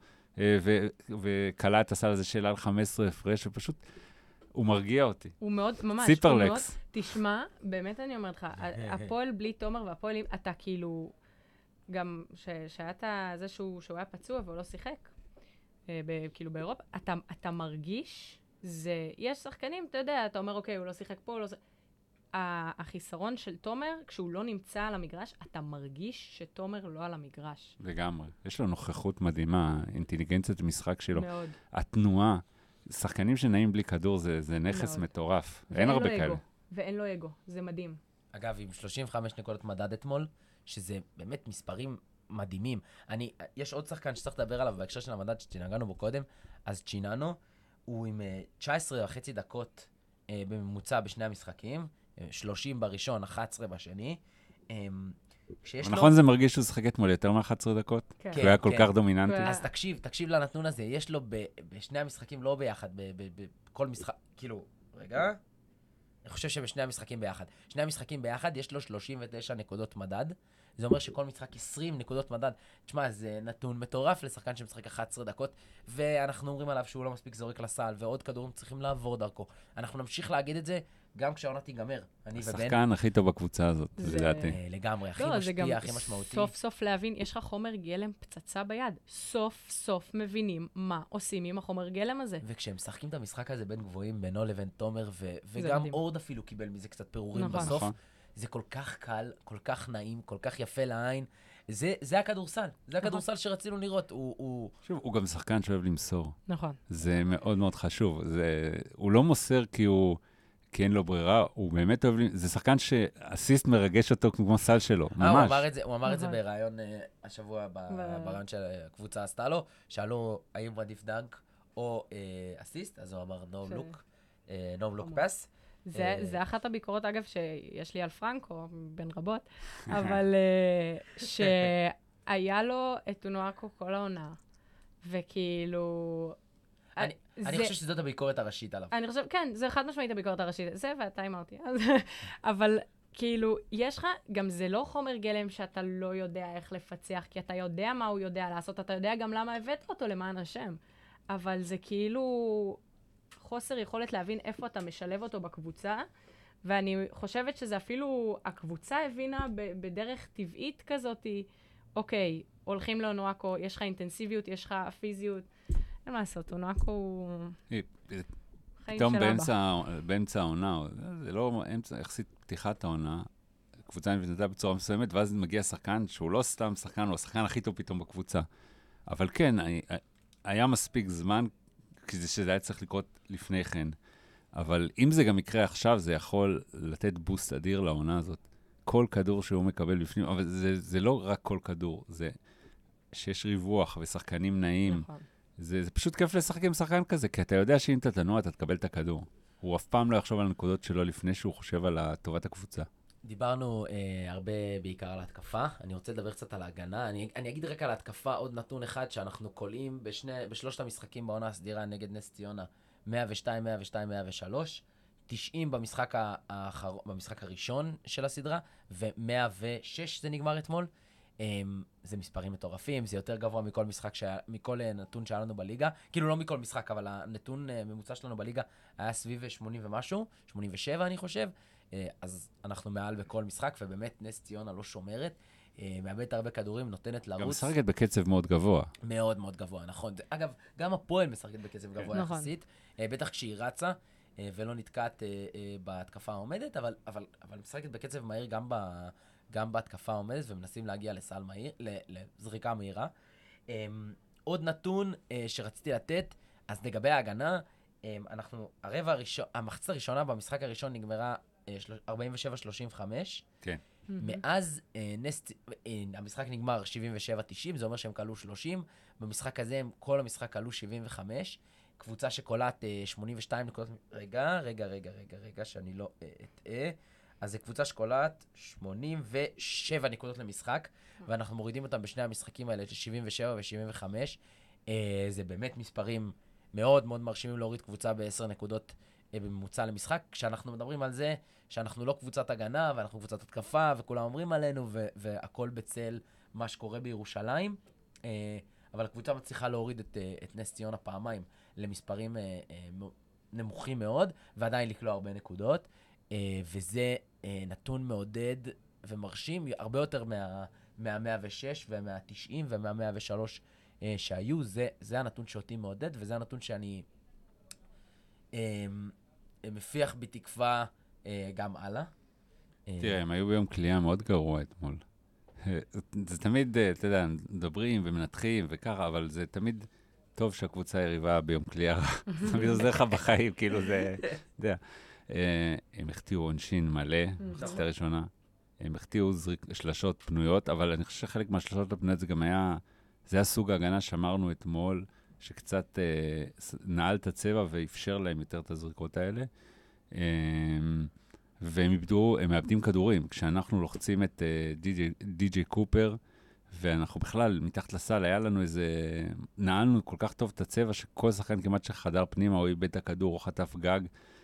[SPEAKER 2] וקלה את הסל הזה של על 15 הפרש, ופשוט הוא מרגיע אותי.
[SPEAKER 3] הוא מאוד, ממש.
[SPEAKER 2] סיפרלקס.
[SPEAKER 3] תשמע, באמת אני אומרת לך, הפועל בלי תומר והפועל, אתה כאילו, גם שהיה זה שהוא היה פצוע והוא לא שיחק, כאילו באירופה, אתה מרגיש, יש שחקנים, אתה יודע, אתה אומר, אוקיי, הוא לא שיחק פה, הוא לא שיחק. החיסרון של תומר, כשהוא לא נמצא על המגרש, אתה מרגיש שתומר לא על המגרש.
[SPEAKER 2] לגמרי. יש לו נוכחות מדהימה, אינטליגנציית משחק שלו.
[SPEAKER 3] מאוד.
[SPEAKER 2] התנועה, שחקנים שנעים בלי כדור, זה נכס מאוד. מטורף. אין הרבה כאלה.
[SPEAKER 3] ואין לו אגו, זה מדהים.
[SPEAKER 1] אגב, עם 35 נקודות מדד אתמול, שזה באמת מספרים מדהימים. יש עוד שחקן שצריך לדבר עליו בהקשר של המדד שנגענו בו קודם, אז צ'יננו, הוא עם 19.5 דקות בממוצע בשני המשחקים, 30 בראשון, 11 בשני.
[SPEAKER 2] נכון, זה מרגיש שהוא שחק אתמול יותר מ-11 דקות? כן. הוא היה כל כך דומיננטי.
[SPEAKER 1] אז תקשיב לנתון הזה, יש לו בשני המשחקים לא ביחד, בכל משחק, כאילו, רגע, אני חושב שבשני המשחקים ביחד. שני המשחקים ביחד יש לו 39 נקודות מדד, זה אומר שכל משחק 20 נקודות מדד. תשמע, זה נתון מטורף לשחקן שמשחק 11 דקות, ואנחנו אומרים עליו שהוא לא מספיק זורק לסל, ועוד כדורים צריכים לעבור דרכו. אנחנו נמשיך להגיד את זה, גם כשהעונה תיגמר.
[SPEAKER 2] השחקן הכי טוב בקבוצה הזאת, לדעתי.
[SPEAKER 1] לגמרי, הכי משפיע, הכי משמעותי.
[SPEAKER 3] סוף סוף להבין, יש לך חומר גלם פצצה ביד. סוף סוף מבינים מה עושים עם החומר גלם הזה.
[SPEAKER 1] וכשהם משחקים את המשחק הזה בין גבוהים, בינו לבין תומר, וגם אורד אפילו קיבל מזה קצת פירורים בסוף. זה כל כך קל, כל כך נעים, כל כך יפה לעין. זה הכדורסל, זה הכדורסל שרצינו לראות.
[SPEAKER 2] שוב, הוא גם שחקן שאוהב למסור.
[SPEAKER 3] נכון.
[SPEAKER 2] זה מאוד מאוד חשוב. הוא לא מוסר כי אין לו ברירה, הוא באמת אוהב, זה שחקן שאסיסט מרגש אותו כמו סל שלו, ממש.
[SPEAKER 1] הוא אמר את זה בראיון השבוע, בראיון של הקבוצה עשתה לו, שאלו האם הוא עדיף דנק או אסיסט, אז הוא אמר no look pass.
[SPEAKER 3] זה אחת הביקורות, אגב, שיש לי על פרנקו, בין רבות, אבל שהיה לו את אונואקו כל העונה, וכאילו...
[SPEAKER 1] אני חושב שזאת הביקורת הראשית עליו.
[SPEAKER 3] אני חושב, כן, זה חד משמעית הביקורת הראשית. זה ואתה אמרתי. אבל כאילו, יש לך, גם זה לא חומר גלם שאתה לא יודע איך לפצח, כי אתה יודע מה הוא יודע לעשות, אתה יודע גם למה הבאת אותו למען השם. אבל זה כאילו חוסר יכולת להבין איפה אתה משלב אותו בקבוצה, ואני חושבת שזה אפילו, הקבוצה הבינה בדרך טבעית כזאת, אוקיי, הולכים לאונואקו, יש לך אינטנסיביות, יש לך פיזיות, אין מה לעשות, אונואקו הוא חיים של אבא.
[SPEAKER 2] פתאום באמצע העונה, זה לא יחסית פתיחת העונה, הקבוצה נבנתה בצורה מסוימת, ואז מגיע שחקן שהוא לא סתם שחקן, הוא השחקן הכי טוב פתאום בקבוצה. אבל כן, היה מספיק זמן, שזה היה צריך לקרות לפני כן. אבל אם זה גם יקרה עכשיו, זה יכול לתת בוסט אדיר לעונה הזאת. כל כדור שהוא מקבל בפנים, אבל זה לא רק כל כדור, זה שיש ריווח ושחקנים נעים.
[SPEAKER 3] נכון.
[SPEAKER 2] זה פשוט כיף לשחק עם שחקן כזה, כי אתה יודע שאם אתה תנוע, אתה תקבל את הכדור. הוא אף פעם לא יחשוב על הנקודות שלו לפני שהוא חושב על טובת הקבוצה.
[SPEAKER 1] דיברנו הרבה בעיקר על ההתקפה, אני רוצה לדבר קצת על ההגנה. אני אגיד רק על ההתקפה עוד נתון אחד שאנחנו קולעים בשלושת המשחקים בעונה הסדירה נגד נס ציונה, 102, 102, 103, 90 במשחק הראשון של הסדרה, ו-106 זה נגמר אתמול. זה מספרים מטורפים, זה יותר גבוה מכל נתון שהיה לנו בליגה, כאילו לא מכל משחק, אבל הנתון ממוצע שלנו בליגה היה סביב 80 ומשהו, 87 אני חושב, אז אנחנו מעל בכל משחק, ובאמת נס ציונה לא שומרת, מאבדת הרבה כדורים, נותנת לרוץ.
[SPEAKER 2] גם משחקת בקצב מאוד גבוה.
[SPEAKER 1] מאוד מאוד גבוה, נכון. אגב, גם הפועל משחקת בקצב גבוה יחסית, בטח כשהיא רצה, ולא נתקעת בהתקפה העומדת, אבל משחקת בקצב מהיר גם בהתקפה העומדת, ומנסים להגיע לסל מהיר, לזריקה מהירה. עוד נתון שרציתי לתת, אז לגבי ההגנה, המחצית הראשונה במשחק הראשון נגמרה 47-35.
[SPEAKER 2] כן.
[SPEAKER 1] מאז המשחק נגמר 77-90, זה אומר שהם קלו 30. במשחק הזה כל המשחק קלו 75. קבוצה שקולט 82 נקודות... רגע, שאני לא אטעה. אז זו קבוצה שקולט 87 נקודות למשחק, ואנחנו מורידים אותם בשני המשחקים האלה, 77 ו-75. זה באמת מספרים מאוד מאוד מרשימים להוריד קבוצה ב10 נקודות בממוצע למשחק, כשאנחנו מדברים על זה שאנחנו לא קבוצת הגנה, ואנחנו קבוצת התקפה, וכולם אומרים עלינו, והכל בצל מה שקורה בירושלים. אבל הקבוצה מצליחה להוריד את נס ציונה פעמיים למספרים נמוכים מאוד, ועדיין לקלוע הרבה נקודות. וזה נתון מעודד ומרשים, הרבה יותר מה-106 ומה-90 ומה-103 שהיו. זה הנתון שאותי מעודד, וזה הנתון שאני מפיח בתקווה גם הלאה.
[SPEAKER 2] תראה, הם היו ביום קליעה מאוד גרוע אתמול. זה תמיד, אתה יודע, מדברים ומנתחים וככה, אבל זה תמיד טוב שהקבוצה יריבה ביום קליעה. תמיד עוזר לך בחיים, כאילו זה, אתה יודע. הם החטיאו עונשין מלא, בחצי הראשונה. הם החטיאו שלשות פנויות, אבל אני חושב שחלק מהשלשות הפנויות זה גם היה, זה היה סוג ההגנה שאמרנו אתמול, שקצת נעל את הצבע ואפשר להם יותר את הזריקות האלה. והם מאבדים כדורים. כשאנחנו לוחצים את די.ג'יי קופר, ואנחנו בכלל, מתחת לסל, היה לנו נעלנו כל כך טוב את הצבע, שכל שחקן כמעט שחדר פנימה, או איבד את הכדור, או חטף גג,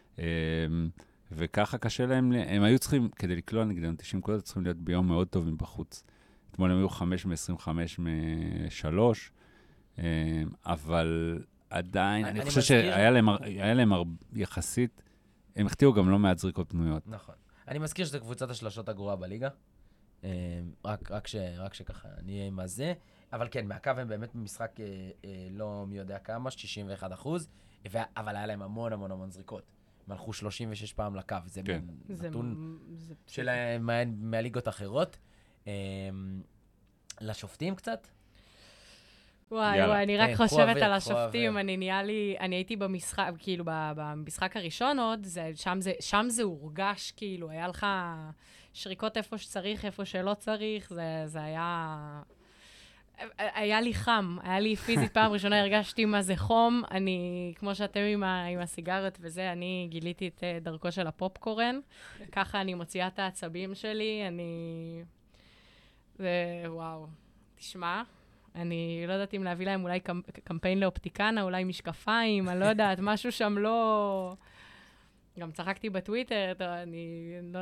[SPEAKER 2] וככה קשה להם, הם היו צריכים, כדי לקלוע נגדנו 90 נקודות, צריכים להיות ביום מאוד טוב מבחוץ. אתמול הם היו 5 מ-25 מ-3, אבל עדיין, אני חושב שהיה להם יחסית, הם החטיאו גם לא מעט זריקות פנויות.
[SPEAKER 1] נכון. אני מזכיר שזו קבוצת השלשות הגרועה בליגה, רק שככה נהיה עם הזה, אבל כן, מהקו הם באמת במשחק לא מי יודע כמה, 61%, אבל היה להם המון המון המון זריקות. הם הלכו 36 פעם לקו, זה נתון שלהם מהליגות אחרות. לשופטים קצת?
[SPEAKER 3] וואי,
[SPEAKER 2] יאללה.
[SPEAKER 3] וואי, אני רק
[SPEAKER 1] כן,
[SPEAKER 3] חושבת
[SPEAKER 1] קחו
[SPEAKER 3] על
[SPEAKER 1] אוויר.
[SPEAKER 3] השופטים, אני הייתי במשחק, כאילו, במשחק הראשון עוד, שם זה הורגש, כאילו, היה לך שריקות איפה שצריך, איפה שלא צריך, זה היה לי חם, היה לי פיזית פעם ראשונה, הרגשתי מה זה חום, כמו שאתם עם הסיגריות וזה, אני גיליתי את דרכו של הפופקורן, ככה אני מוציאה את העצבים שלי, וואו, תשמע, אני לא יודעת אם להביא להם אולי קמפיין לאופטיקנה, אולי משקפיים, אני לא יודעת, משהו שם לא... גם צחקתי בטוויטר, אני לא...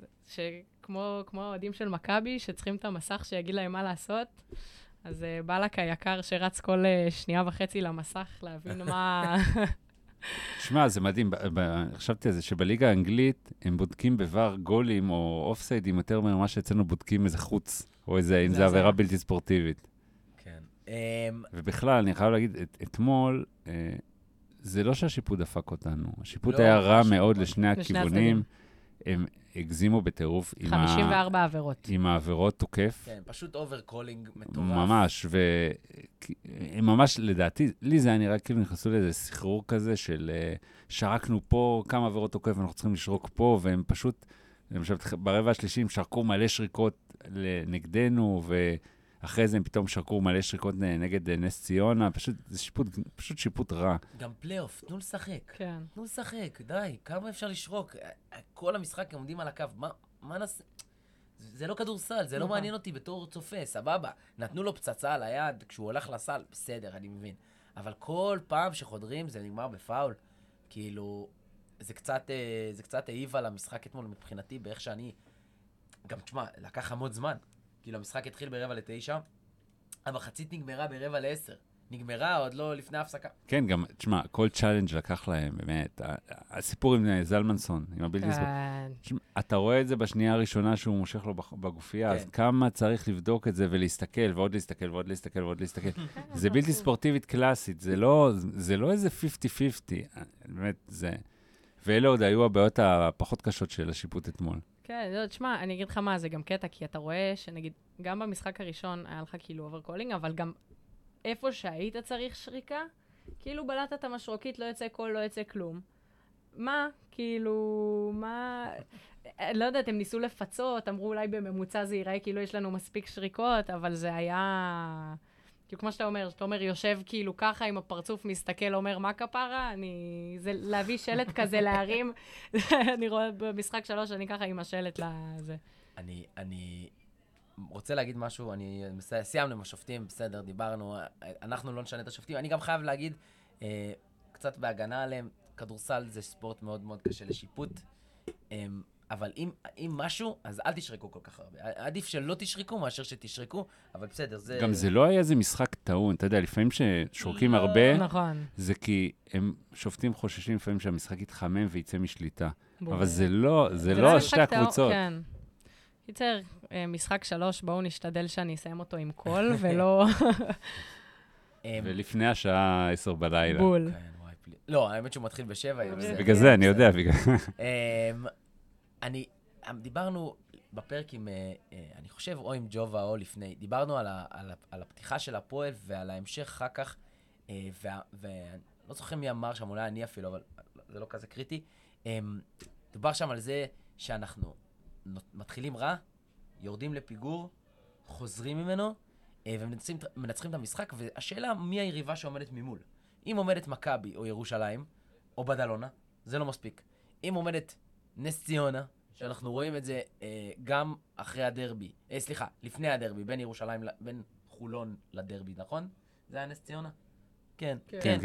[SPEAKER 3] כמו האוהדים של מכבי, שצריכים את המסך שיגיד להם מה לעשות, אז בלק היקר שרץ כל שנייה וחצי למסך, להבין מה...
[SPEAKER 2] שמע, זה מדהים, חשבתי על זה, שבליגה האנגלית הם בודקים בבר גולים או אופסיידים יותר ממה שאצלנו בודקים איזה חוץ, או איזה, אם זה עבירה בלתי ספורטיבית.
[SPEAKER 1] כן.
[SPEAKER 2] ובכלל, אני חייב להגיד, אתמול, זה לא שהשיפוט דפק אותנו, השיפוט
[SPEAKER 1] לא,
[SPEAKER 2] היה רע
[SPEAKER 1] השיפוט
[SPEAKER 2] מאוד
[SPEAKER 1] מדהים.
[SPEAKER 2] לשני
[SPEAKER 3] לשני
[SPEAKER 2] הכיוונים, הם הגזימו בטירוף
[SPEAKER 3] 54 עבירות.
[SPEAKER 2] עם העבירות תוקף.
[SPEAKER 1] כן, פשוט אוברקולינג מטורף.
[SPEAKER 2] ממש, והם ממש, לדעתי, לי זה היה נראה כאילו נכנסו לאיזה סחרור כזה של שרקנו פה, כמה עבירות תוקף, אנחנו צריכים לשרוק פה, והם פשוט, למשל, ברבע השלישי הם שרקו מלא שריקות נגדנו, ואחרי זה הם פתאום שרקו מלא שריקות נגד נס ציונה, פשוט, זה פשוט שיפוט רע.
[SPEAKER 1] גם פלייאוף, תנו לשחק.
[SPEAKER 3] כן.
[SPEAKER 1] תנו לשחק, די, כמה אפשר לשרוק? כל המשחק עומדים על הקו, מה נעשה? זה לא כדורסל, זה לא
[SPEAKER 3] נכון.
[SPEAKER 1] מעניין אותי בתור צופה, סבבה. נתנו לו פצצה על היד כשהוא הולך לסל, בסדר, אני מבין. אבל כל פעם שחודרים זה נגמר בפאול. כאילו, זה קצת העיב על המשחק אתמול מבחינתי, באיך שאני... גם, תשמע, לקח המון זמן. כאילו, המשחק התחיל ב8:45, המחצית נגמרה ב9:45. נגמרה עוד לא לפני ההפסקה.
[SPEAKER 2] כן, גם, תשמע, כל צ'אלנג' לקח להם, באמת. הסיפור עם זלמנסון, עם הבלתי ספורט.
[SPEAKER 3] כן.
[SPEAKER 2] אתה רואה את זה בשנייה הראשונה שהוא מושך לו בגופייה, אז כמה צריך לבדוק את זה ולהסתכל, ועוד להסתכל, ועוד להסתכל, ועוד להסתכל. זה בלתי ספורטיבית קלאסית, זה לא איזה 50-50. באמת, זה... ואלה עוד היו הבעיות הפחות קשות של השיפוט אתמול.
[SPEAKER 3] כן, לא, תשמע, אני אגיד לך מה, זה גם קטע, כי אתה רואה שנגיד, גם במשחק הראשון היה לך כאילו אוברקולינג, אבל גם איפה שהיית צריך שריקה, כאילו בלעת את המשרוקית, לא יצא קול, לא יצא כלום. מה? כאילו, מה... לא יודעת, הם ניסו לפצות, אמרו אולי בממוצע זה ייראה כאילו יש לנו מספיק שריקות, אבל זה היה... כאילו, כמו שאתה אומר, יושב כאילו ככה עם הפרצוף, מסתכל, אומר, מה כפרה? זה להביא שלט כזה, להרים. אני רואה במשחק 3, אני ככה עם השלט לזה.
[SPEAKER 1] אני רוצה להגיד משהו, סיימנו עם השופטים, בסדר, דיברנו, אנחנו לא נשנה את השופטים. אני גם חייב להגיד, קצת בהגנה עליהם, כדורסל זה ספורט מאוד מאוד קשה לשיפוט, אבל אם משהו, אז אל תשרקו כל כך הרבה. עדיף שלא תשרקו מאשר שתשרקו, אבל בסדר, זה...
[SPEAKER 2] גם זה לא היה איזה משחק טעון, אתה יודע, לפעמים ששורקים הרבה,
[SPEAKER 3] נכון.
[SPEAKER 2] זה כי הם שופטים חוששים לפעמים שהמשחק יתחמם ויצא משליטה. אבל זה לא שתי הקבוצות.
[SPEAKER 3] כן. קיצר, משחק 3, בואו נשתדל שאני אסיים אותו עם קול, ולא...
[SPEAKER 2] ולפני השעה 10 בלילה.
[SPEAKER 3] בול.
[SPEAKER 1] לא, האמת שהוא מתחיל ב7.
[SPEAKER 2] בגלל זה, אני יודע.
[SPEAKER 1] דיברנו בפרק עם, אני חושב, או עם ג'ובה או לפני, דיברנו על הפתיחה של הפועל ועל ההמשך אחר כך, ואני לא זוכר מי אמר שם, אולי אני אפילו, אבל זה לא כזה קריטי. דובר שם על זה שאנחנו מתחילים רע, יורדים לפיגור, חוזרים ממנו, ומנצחים את המשחק, והשאלה מי היריבה שעומדת ממול. אם עומדת מכבי או ירושלים, או בדלונה, זה לא מספיק. אם עומדת נס ציונה, שאנחנו רואים את זה גם אחרי הדרבי, לפני הדרבי, בין חולון לדרבי, נכון? זה היה נס ציונה? כן.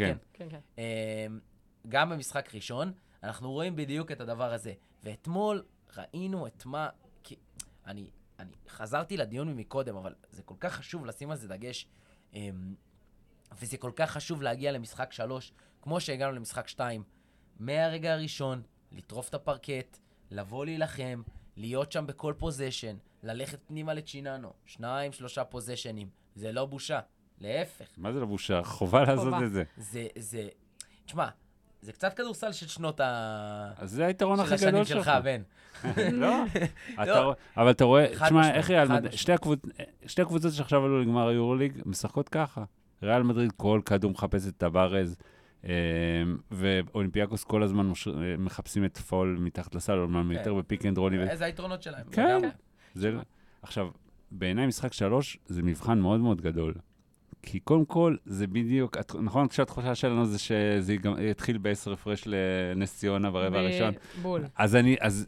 [SPEAKER 1] גם במשחק ראשון, אנחנו רואים בדיוק את הדבר הזה. ואתמול ראינו את מה... אני חזרתי לדיון מקודם, אבל זה כל כך חשוב לשים על זה דגש, וזה כל כך חשוב להגיע למשחק 3, כמו שהגענו למשחק 2, מהרגע הראשון, לטרוף את הפרקט, לבוא להילחם, להיות שם בכל פוזיישן, ללכת פנימה לצ'יננו, 2-3 פוזיישנים, זה לא בושה, להפך.
[SPEAKER 2] מה זה לא בושה? חובה לעשות את זה.
[SPEAKER 1] תשמע, זה קצת כדורסל של שנות
[SPEAKER 2] אז זה היתרון הכי
[SPEAKER 1] של השנים
[SPEAKER 2] גדול
[SPEAKER 1] שלך,
[SPEAKER 2] שלך.
[SPEAKER 1] בן.
[SPEAKER 2] לא? אבל אתה רואה,
[SPEAKER 1] חד
[SPEAKER 2] תשמע,
[SPEAKER 1] משמעית,
[SPEAKER 2] איך ריאל
[SPEAKER 1] חד
[SPEAKER 2] מדריד, שתי הקבוצות שעכשיו עלו לגמר היורוליג, משחקות ככה. ריאל מדריד כל כדור מחפשת את הברז, ואולימפיאקוס כל הזמן מחפשים את פול מתחת לסל, או יותר בפיק אנד רולי.
[SPEAKER 1] איזה היתרונות שלהם.
[SPEAKER 2] כן. עכשיו, בעיניי משחק 3 זה מבחן מאוד מאוד גדול. כי קודם כל, זה בדיוק, נכון, כשהתחושה שלנו זה שזה יתחיל ב10 הפרש לנס ציונה ברבע הראשון.
[SPEAKER 3] בול.
[SPEAKER 2] אז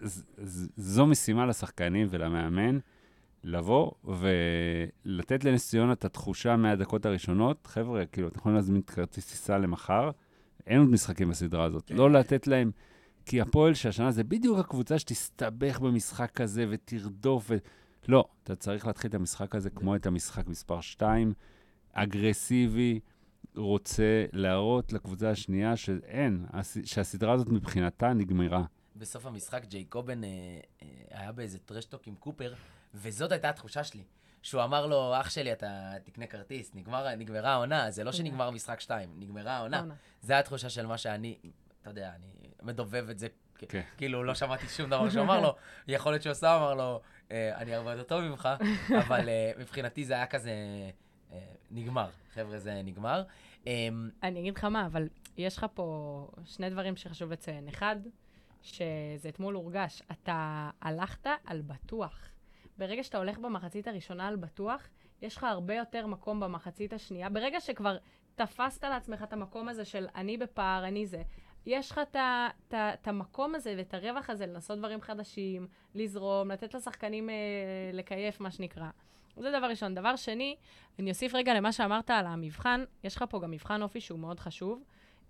[SPEAKER 2] זו משימה לשחקנים ולמאמן, לבוא ולתת לנס ציונה את התחושה מהדקות הראשונות. חבר'ה, כאילו, אתם יכולים להזמין כרטיס טיסה למחר, אין עוד משחקים בסדרה הזאת. לא לתת להם, כי הפועל שהשנה זה בדיוק הקבוצה שתסתבך במשחק הזה ותרדוף. לא, אתה צריך להתחיל את המשחק הזה כמו את המשחק מספר 2, אגרסיבי, רוצה להראות לקבוצה השנייה שאין, שהסדרה הזאת מבחינתה נגמרה.
[SPEAKER 1] בסוף המשחק ג'ייקובן היה באיזה טרשטוק עם קופר, וזאת הייתה התחושה שלי. שהוא אמר לו, אח שלי, אתה תקנה כרטיס, נגמרה העונה, זה לא שנגמר משחק 2, נגמרה העונה. זה התחושה של מה שאני, אתה יודע, אני מדובב את זה, כאילו לא שמעתי שום דבר שהוא אמר לו, יכול להיות שהוא עושה, אמר לו, אני הרבה יותר טוב ממך, אבל מבחינתי זה היה כזה נגמר, חבר'ה, זה נגמר.
[SPEAKER 3] אני אגיד לך מה, אבל יש לך פה שני דברים שחשוב לציין. אחד, שזה אתמול הורגש, אתה הלכת על בטוח. ברגע שאתה הולך במחצית הראשונה על בטוח, יש לך הרבה יותר מקום במחצית השנייה. ברגע שכבר תפסת לעצמך את המקום הזה של אני בפער, אני זה, יש לך את המקום הזה ואת הרווח הזה לנסות דברים חדשים, לזרום, לתת לשחקנים לקייף, מה שנקרא. זה דבר ראשון. דבר שני, אני אוסיף רגע למה שאמרת על המבחן, יש לך פה גם מבחן אופי שהוא מאוד חשוב.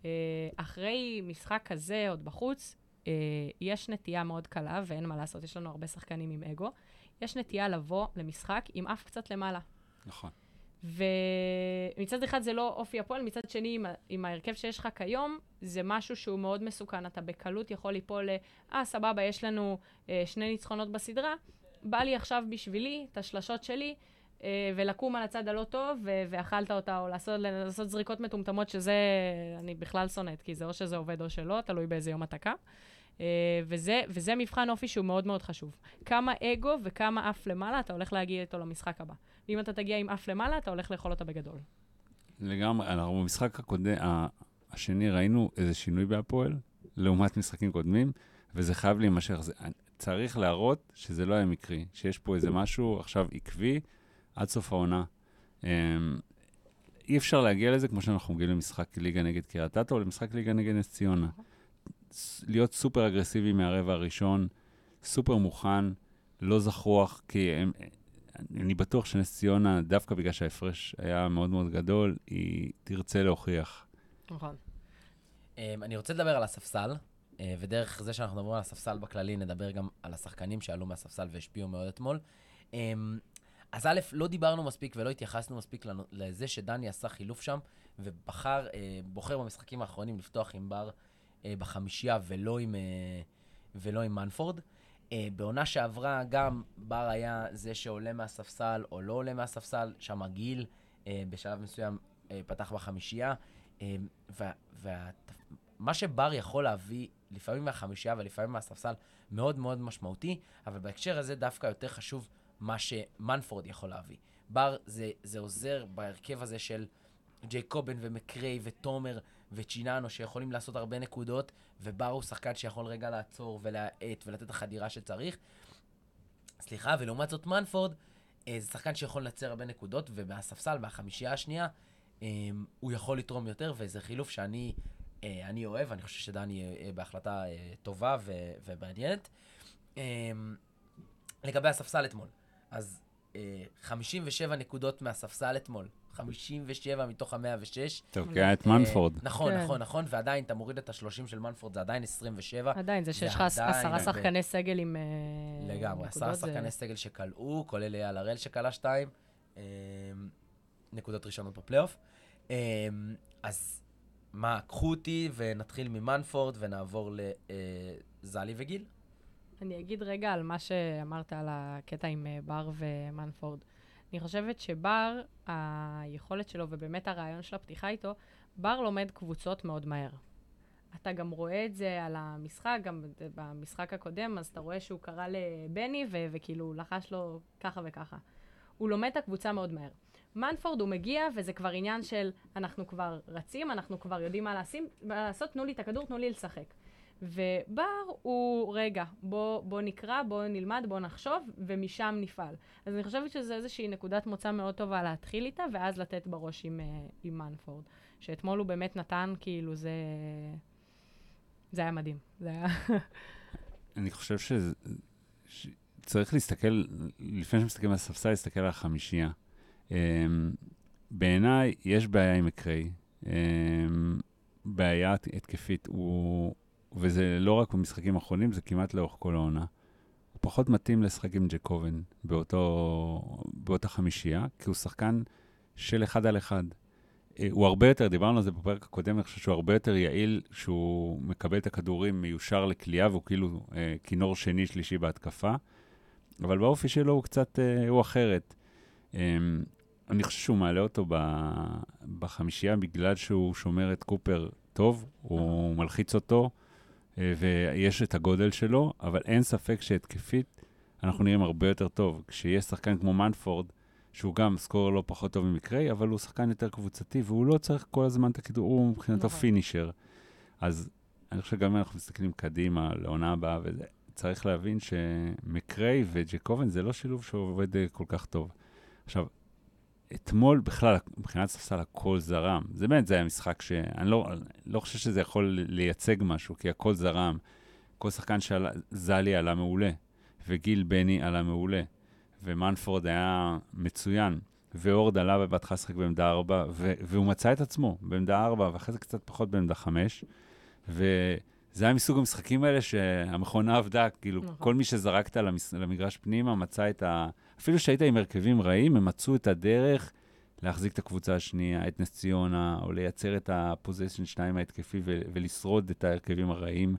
[SPEAKER 3] אחרי משחק כזה עוד בחוץ, יש נטייה מאוד קלה, ואין מה לעשות, יש לנו הרבה שחקנים עם אגו, יש נטייה לבוא למשחק עם אף קצת למעלה.
[SPEAKER 2] נכון.
[SPEAKER 3] ומצד אחד זה לא אופי הפועל, מצד שני עם ההרכב שיש לך כיום, זה משהו שהוא מאוד מסוכן. אתה בקלות יכול ליפול סבבה, יש לנו 2 ניצחונות בסדרה, בא לי עכשיו בשבילי, את השלשות שלי, ולקום על הצד הלא טוב, ואכלת אותה, או לעשות זריקות מטומטמות, שזה אני בכלל שונאת, כי זה או שזה עובד או שלא, תלוי באיזה יום התקה. וזה מבחן אופי שהוא מאוד מאוד חשוב. כמה אגו וכמה אף למעלה אתה הולך להגיע איתו למשחק הבא. ואם אתה תגיע עם אף למעלה, אתה הולך לאכול אותה בגדול.
[SPEAKER 2] לגמרי, אנחנו במשחק הקודם, השני ראינו איזה שינוי בהפועל, לעומת משחקים קודמים, וזה חייב להימשך. צריך להראות שזה לא היה מקרי, שיש פה איזה משהו עכשיו עקבי עד סוף העונה. אי אפשר להגיע לזה כמו שאנחנו מגיעים למשחק ליגה נגד קריית אתא, או למשחק ליגה נגד נס ציונה. להיות סופר אגרסיבי מהרבע הראשון, סופר מוכן, לא זכוח, כי אני בטוח שנס ציונה, דווקא בגלל שההפרש היה מאוד מאוד גדול, היא תרצה להוכיח.
[SPEAKER 3] נכון.
[SPEAKER 1] אני רוצה לדבר על הספסל, ודרך זה שאנחנו מדברים על הספסל בכללי, נדבר גם על השחקנים שעלו מהספסל והשפיעו מאוד אתמול. אז א', לא דיברנו מספיק ולא התייחסנו מספיק לזה שדני עשה חילוף שם, בוחר במשחקים האחרונים לפתוח עם בר בחמישייה ולא עם מנפורד. בעונה שעברה גם בר היה זה שעולה מהספסל או לא עולה מהספסל, שם הגיל בשלב מסוים פתח בחמישייה, מה שבר יכול להביא לפעמים מהחמישייה ולפעמים מהספסל מאוד מאוד משמעותי, אבל בהקשר הזה דווקא יותר חשוב מה שמנפורד יכול להביא. בר זה עוזר בהרכב הזה של ג'ייקובן ומקריי ותומר וצ'יננו שיכולים לעשות הרבה נקודות, ובר הוא שחקן שיכול רגע לעצור ולהעט ולתת את החדירה שצריך. סליחה, ולעומת זאת מנפורד זה שחקן שיכול לנצר הרבה נקודות, ומהספסל, מהחמישייה השנייה, הוא יכול לתרום יותר, וזה חילוף שאני אוהב, אני חושב שדני בהחלטה טובה ומעניינת. לגבי הספסל אתמול, אז 57 נקודות מהספסל אתמול, 57 מתוך ה-106.
[SPEAKER 2] טוב, כי היה את מנפורד.
[SPEAKER 1] נכון, ועדיין, אתה מוריד את ה-30 של מנפורד, זה עדיין 27.
[SPEAKER 3] עדיין, זה שיש לך 10 שחקני סגל עם
[SPEAKER 1] לגמרי, 10 שחקני סגל שקלעו, כולל אייל הראל שקלע 2, נקודות ראשונות בפלייאוף. אז מה, קחו אותי ונתחיל ממנפורד ונעבור לזלי וגיל.
[SPEAKER 3] אני אגיד רגע על מה שאמרת על הקטע עם בר ומנפורד. אני חושבת שבר, היכולת שלו ובאמת הרעיון של הפתיחה איתו, בר לומד קבוצות מאוד מהר. אתה גם רואה את זה על המשחק, גם במשחק הקודם, אז אתה רואה שהוא קרא לבני, וכאילו לחש לו ככה וככה. הוא לומד את הקבוצה מאוד מהר. מנפורד הוא מגיע, וזה כבר עניין של, אנחנו כבר רצים, אנחנו כבר יודעים מה לעשות, תנו לי את הכדור, תנו לי לשחק. ובר הוא, רגע, בוא נקרא, בוא נלמד, בוא נחשוב, ומשם נפעל. אז אני חושבת שזה איזושהי נקודת מוצא מאוד טובה להתחיל איתה, ואז לתת בראש עם מנפורד. שאתמול הוא באמת נתן, כאילו זה היה מדהים. זה היה...
[SPEAKER 2] אני חושב שצריך להסתכל, לפני שמסתכלים על הספסל, להסתכל על החמישייה. בעיניי יש בעיה עם מקרי, בעיה התקפית, וזה לא רק במשחקים האחרונים, זה כמעט לאורך כל העונה. הוא פחות מתאים לשחק עם ג'קובן באותה חמישייה, כי הוא שחקן של אחד על אחד. הוא הרבה יותר, דיברנו על זה בפרק הקודם, אני חושב שהוא הרבה יותר יעיל, שהוא מקבל את הכדורים מיושר לקליעה, והוא כאילו כינור שני, שלישי בהתקפה, אבל באופי שלו הוא קצת, הוא אחרת. אני חושב שהוא מעלה אותו בחמישייה, בגלל שהוא שומר את קופר טוב, הוא מלחיץ אותו, ויש את הגודל שלו, אבל אין ספק שהתקפית, אנחנו נראים הרבה יותר טוב. כשיש שחקן כמו מנפורד, שהוא גם סקור לא פחות טוב ממקרי, אבל הוא שחקן יותר קבוצתי, והוא לא צריך כל הזמן את הכדור, הוא מבחינתו פינישר. אז אני חושב שגם אנחנו מסתכלים קדימה לעונה הבאה, וצריך להבין שמקרי וג'קובן זה לא שילוב שעובד כל כך טוב. עכשיו, אתמול בכלל, מבחינת ספסל הכל זרם. זה באמת, זה היה משחק שאני לא חושב שזה יכול לייצג משהו, כי הכל זרם. כל שחקן זלי עלה מעולה, וגיל בני עלה מעולה. ומנפורד היה מצוין, ואורד עלה בהתחלה לשחק בעמדה 4, והוא מצא את עצמו בעמדה 4, ואחרי זה קצת פחות בעמדה 5, וזה היה מסוג המשחקים האלה שהמכונה עבדה, כאילו כל מי שזרקת למגרש פנימה מצא את אפילו שהיית עם הרכבים רעים, הם מצאו את הדרך להחזיק את הקבוצה השנייה, את נס ציונה, או לייצר את הפוזיישן 2 ההתקפי, ולשרוד את ההרכבים הרעים,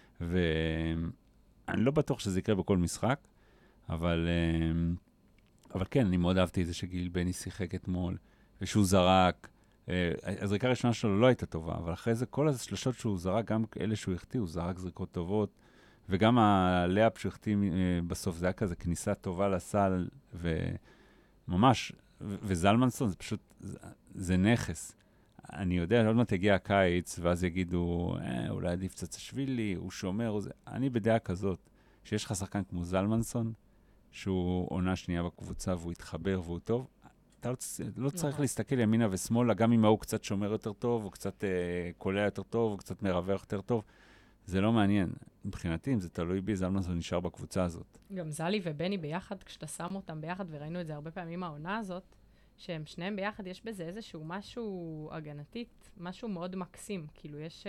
[SPEAKER 2] ואני לא בטוח שזה יקרה בכל משחק, אבל כן, אני מאוד אהבתי את זה שגיל בני שיחק אתמול, ושהוא זרק. הזריקה הראשונה שלו לא הייתה טובה, אבל אחרי זה כל השלשות שהוא זרק, גם אלה שהוא החטיא, הוא זרק זריקות טובות, וגם הלאפ שהוא החטיא בסוף, זה היה כזה כניסה טובה לסל, וממש, וזלמנסון זה פשוט, זה נכס. אני יודע, עוד מעט הגיע הקיץ, ואז יגידו, אולי עדיף צצשווילי, הוא שומר, אני בדעה כזאת, שיש לך שחקן כמו זלמנסון, שהוא עונה שנייה בקבוצה, והוא התחבר והוא טוב, אתה לא צריך להסתכל ימינה ושמאלה, גם אם הוא קצת שומר יותר טוב, הוא קצת קולע יותר טוב, הוא קצת מרווח יותר טוב, זה לא מעניין. מבחינתי, אם זה תלוי בי, זלמנסון נשאר בקבוצה הזאת.
[SPEAKER 3] גם זלי ובני ביחד, כשאתה שם אותם ביחד, וראינו את זה הרבה פעמים העונה הזאת, שהם שניהם ביחד, יש בזה איזשהו משהו הגנתית, משהו מאוד מקסים. כאילו, יש...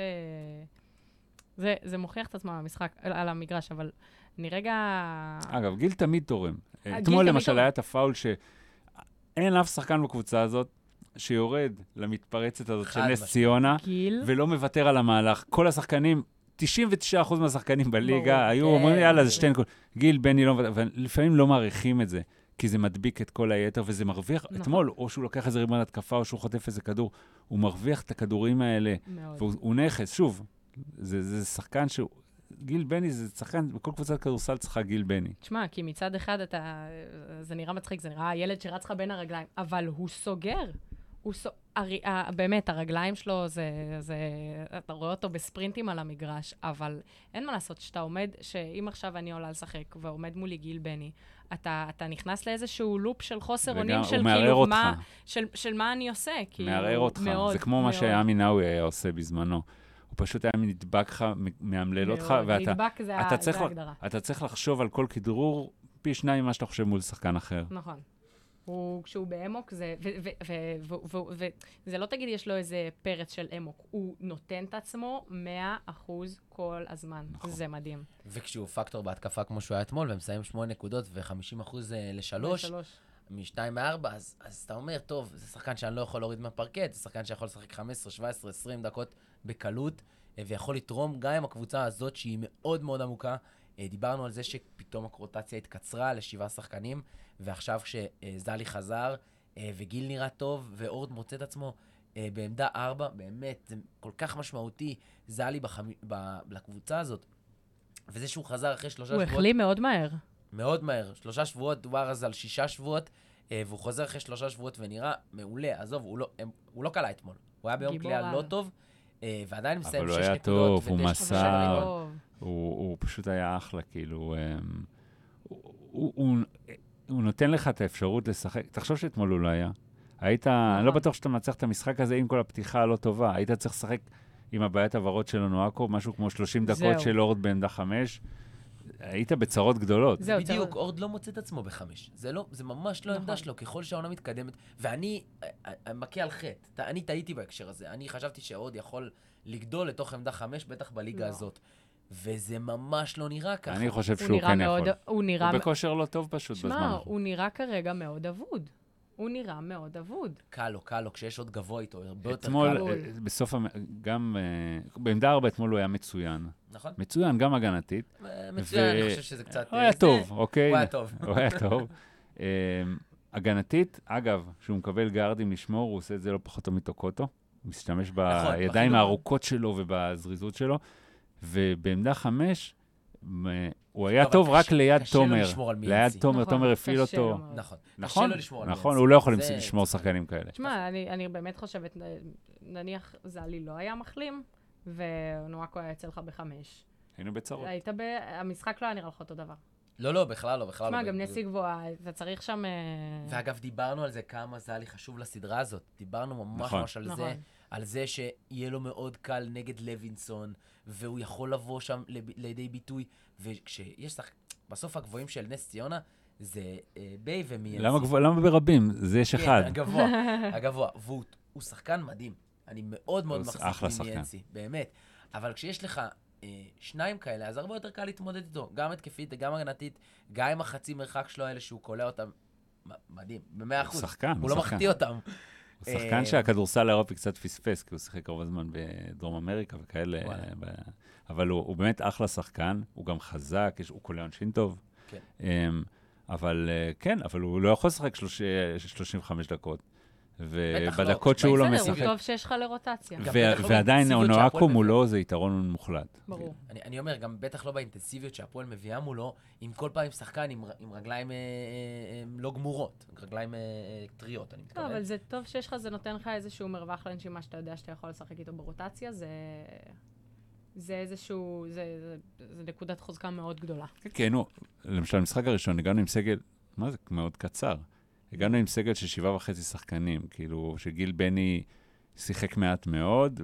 [SPEAKER 3] זה מוכיח את עצמו על המגרש, אבל אני רגע...
[SPEAKER 2] אגב, גיל תמיד תורם. אתמול למשל היה את הפאול שאין אף שחקן בקבוצה הזאת שיורד למתפרצת הזאת של נס ציונה, ולא מוותר על המהלך. כל השחקנים, 99% מהשחקנים בליגה, היו אומרים, יאללה, זה שתי נקודות. גיל בני לא מוותר, ולפעמים לא מעריכים את זה, כי זה מדביק את כל היתר, וזה מרוויח. אתמול, או שהוא לוקח איזה ריבון התקפה, או שהוא חוטף איזה כדור, הוא מרוויח את הכדורים האלה, והוא נכס. שוב, זה שחקן שהוא... גיל בני זה שחקן, בכל קבוצת כדורסל צריכה גיל בני.
[SPEAKER 3] תשמע, כי מצד אחד זה נראה מצחיק, זה נראה הילד שרץ לך בין הרגליים, אבל הוא סוגר. באמת, הרגליים שלו, אתה רואה אותו בספרינטים על המגרש, אבל אין מה לעשות, שאתה עומד, שאם עכשיו אני עולה לשחק ועומד מולי גיל בני, אתה נכנס לאיזשהו לופ של חוסר אונים של כאילו, של מה אני עושה.
[SPEAKER 2] מערער אותך, זה כמו מה שעמי נאווי היה עושה בזמנו. הוא פשוט היה נדבק לך, מאמלל אותך, ואתה צריך לחשוב על כל כדרור פי 2 ממה שאתה חושב מול שחקן אחר.
[SPEAKER 3] נכון. כשהוא באמוק, וזה לא תגיד, יש לו איזה פרץ של אמוק, הוא נותן את עצמו 100% כל הזמן. זה מדהים.
[SPEAKER 1] וכשהוא פקטור בהתקפה כמו שהוא היה אתמול, ומסיים 8 נקודות ו50% ל3, מ-2 מ-4, אז אתה אומר, טוב, זה שחקן שאני לא יכול להוריד מהפרקט, זה שחקן שיכול לשחק 15, 17, 20 דקות בקלות, ויכול לתרום גם עם הקבוצה הזאת שהיא מאוד מאוד עמוקה. דיברנו על זה שפתאום הקרוטציה התקצרה ל7 שחקנים, ועכשיו כשזלי חזר, וגיל נראה טוב, ואורד מוצא את עצמו, בעמדה 4, באמת, זה כל כך משמעותי, זלי לקבוצה הזאת. וזה שהוא חזר אחרי 3 שבועות.
[SPEAKER 3] הוא החלים מאוד מהר.
[SPEAKER 1] מאוד מהר. 3 שבועות, דובר אז על 6 שבועות, והוא חוזר אחרי 3 שבועות ונראה מעולה. עזוב, הוא לא קלה אתמול. הוא היה ביום קליעה לא טוב, ועדיין מסיים 6 נקודות.
[SPEAKER 2] אבל הוא היה טוב, הוא מסר,
[SPEAKER 3] טוב.
[SPEAKER 2] הוא פשוט היה אחלה, כאילו, הוא נותן לך את האפשרות לשחק. תחשוב שאתמול הוא לא היה. אני לא בטוח שאתה מנצח את המשחק הזה עם כל הפתיחה הלא טובה. היית צריך לשחק עם הבעיית עברות של נואקו, משהו כמו 30 דקות של אורד בעמדה 5. היית בצרות גדולות.
[SPEAKER 1] בדיוק, אורד לא מוצא את עצמו ב5. זה ממש לא עמדה שלו, ככל שהעונה מתקדמת. ואני מכה על חטא. אני טעיתי בהקשר הזה. אני חשבתי שאורד יכול לגדול לתוך עמדה 5, בטח בליגה הזאת. וזה ממש לא נראה ככה.
[SPEAKER 2] אני חושב שהוא כן יכול. הוא בכושר לא טוב פשוט בזמן.
[SPEAKER 3] שמע, הוא נראה כרגע מאוד אבוד. הוא נראה מאוד אבוד.
[SPEAKER 1] קלו, כשיש עוד גבוה איתו, הרבה יותר
[SPEAKER 2] אתמול,
[SPEAKER 1] קלו.
[SPEAKER 2] בסוף, גם בעמדה 4 אתמול הוא היה מצוין.
[SPEAKER 1] נכון.
[SPEAKER 2] מצוין, גם הגנתית.
[SPEAKER 1] מצוין, אני חושב שזה קצת...
[SPEAKER 2] הוא היה טוב, אוקיי?
[SPEAKER 1] הוא היה טוב.
[SPEAKER 2] הוא היה טוב. הגנתית, אגב, כשהוא מקבל גארדים לשמור, הוא עושה את זה לא פחות טוב מטוקוטו. הוא משתמש בידיים הארוכות שלו ובזריזות שלו. ובעמדה 5, הוא היה טוב רק ליד תומר. ליד תומר, תומר הפעיל אותו.
[SPEAKER 1] נכון.
[SPEAKER 2] נכון, הוא לא יכול לשמור שחקנים כאלה.
[SPEAKER 3] תשמע, אני באמת חושבת, נניח זלי לא היה מחלים, ונואקו היה אצלך ב5.
[SPEAKER 2] היינו בצרות.
[SPEAKER 3] המשחק לא היה נראה לך אותו דבר.
[SPEAKER 1] לא, בכלל לא.
[SPEAKER 3] תשמע, גם נסי גבוהה, אתה צריך שם...
[SPEAKER 1] ואגב, דיברנו על זה כמה זלי חשוב לסדרה הזאת. דיברנו ממש על זה. על זה שיהיה לו מאוד קל נגד לוינסון, והוא יכול לבוא שם לידי ביטוי, וכשיש בסוף הגבוהים של נס ציונה, זה ביי ומיינסי.
[SPEAKER 2] למה ברבים? זה יש אחד.
[SPEAKER 1] הגבוה. והוא שחקן מדהים. אני מאוד מאוד מחזיק ממיינסי, באמת. אבל כשיש לך 2 כאלה, אז הרבה יותר קל להתמודד איתו. גם התקפית וגם הגנתית, גם עם החצי מרחק שלו האלה שהוא קולע אותם. מדהים, ב100%.
[SPEAKER 2] הוא שחקן.
[SPEAKER 1] הוא לא מחטיא אותם.
[SPEAKER 2] הוא שחקן שהכדורסל האירופי קצת פספס, כי הוא שיחק רוב הזמן בדרום אמריקה וכאלה. אבל הוא באמת אחלה שחקן, הוא גם חזק, הוא קולע עונשין טוב. אבל כן, אבל הוא לא יכול לשחק 35 דקות. ובדקות שהוא לא משחק...
[SPEAKER 3] הוא טוב שיש לך לרוטציה.
[SPEAKER 2] ועדיין נואקו מולו זה יתרון מוחלט.
[SPEAKER 3] ברור.
[SPEAKER 1] אני אומר, גם בטח לא באינטנסיביות שהפועל מביאה מולו, עם כל פעם שחקן עם רגליים לא גמורות, רגליים טריות, אני מתכוון.
[SPEAKER 3] אבל זה טוב שיש לך, זה נותן לך איזשהו מרווח לנשימה שאתה יודע שאתה יכול לשחק איתו ברוטציה, זה איזשהו, זה נקודת חוזקה מאוד גדולה.
[SPEAKER 2] כן, למשל, המשחק הראשון, הגענו עם סגל, מה זה? מאוד קצר. הגענו עם סגל של 7.5 שחקנים, כאילו, שגיל בני שיחק מעט מאוד,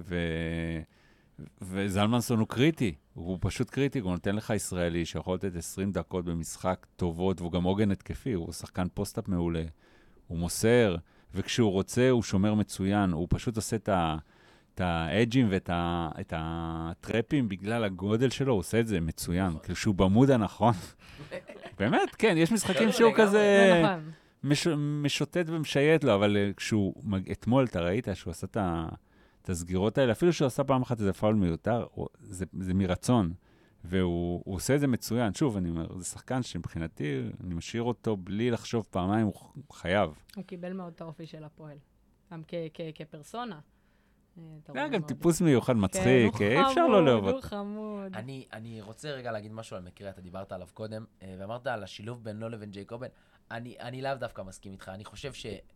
[SPEAKER 2] וזלמנסון הוא קריטי, הוא פשוט קריטי, הוא נותן לך ישראלי שיכול לתת 20 דקות במשחק טובות, והוא גם עוגן התקפי, הוא שחקן פוסט-אפ מעולה, הוא מוסר, וכשהוא רוצה הוא שומר מצוין, הוא פשוט עושה את האג'ים ואת הטרפים בגלל הגודל שלו, הוא עושה את זה מצוין, כאילו שהוא במוד הנכון. באמת, כן, יש משחקים שהוא כזה... משוטט ומשייט לו, אבל אתמול אתה ראית שהוא עשה את הסגירות האלה, אפילו שהוא עשה פעם אחת איזה פאול מיותר, זה מרצון, והוא עושה את זה מצוין. שוב, אני אומר, זה שחקן שמבחינתי, אני משאיר אותו בלי לחשוב פעמיים, הוא חייב.
[SPEAKER 3] הוא קיבל מאוד את האופי של הפועל, גם כפרסונה.
[SPEAKER 2] גם טיפוס מיוחד מצחיק, אי אפשר לא לאהוב.
[SPEAKER 3] הוא חמוד.
[SPEAKER 1] אני רוצה רגע להגיד משהו על מקרה, אתה דיברת עליו קודם, ואמרת על השילוב בינו לבין ג'ייקובן. אני לאו דווקא מסכים איתך, אני חושב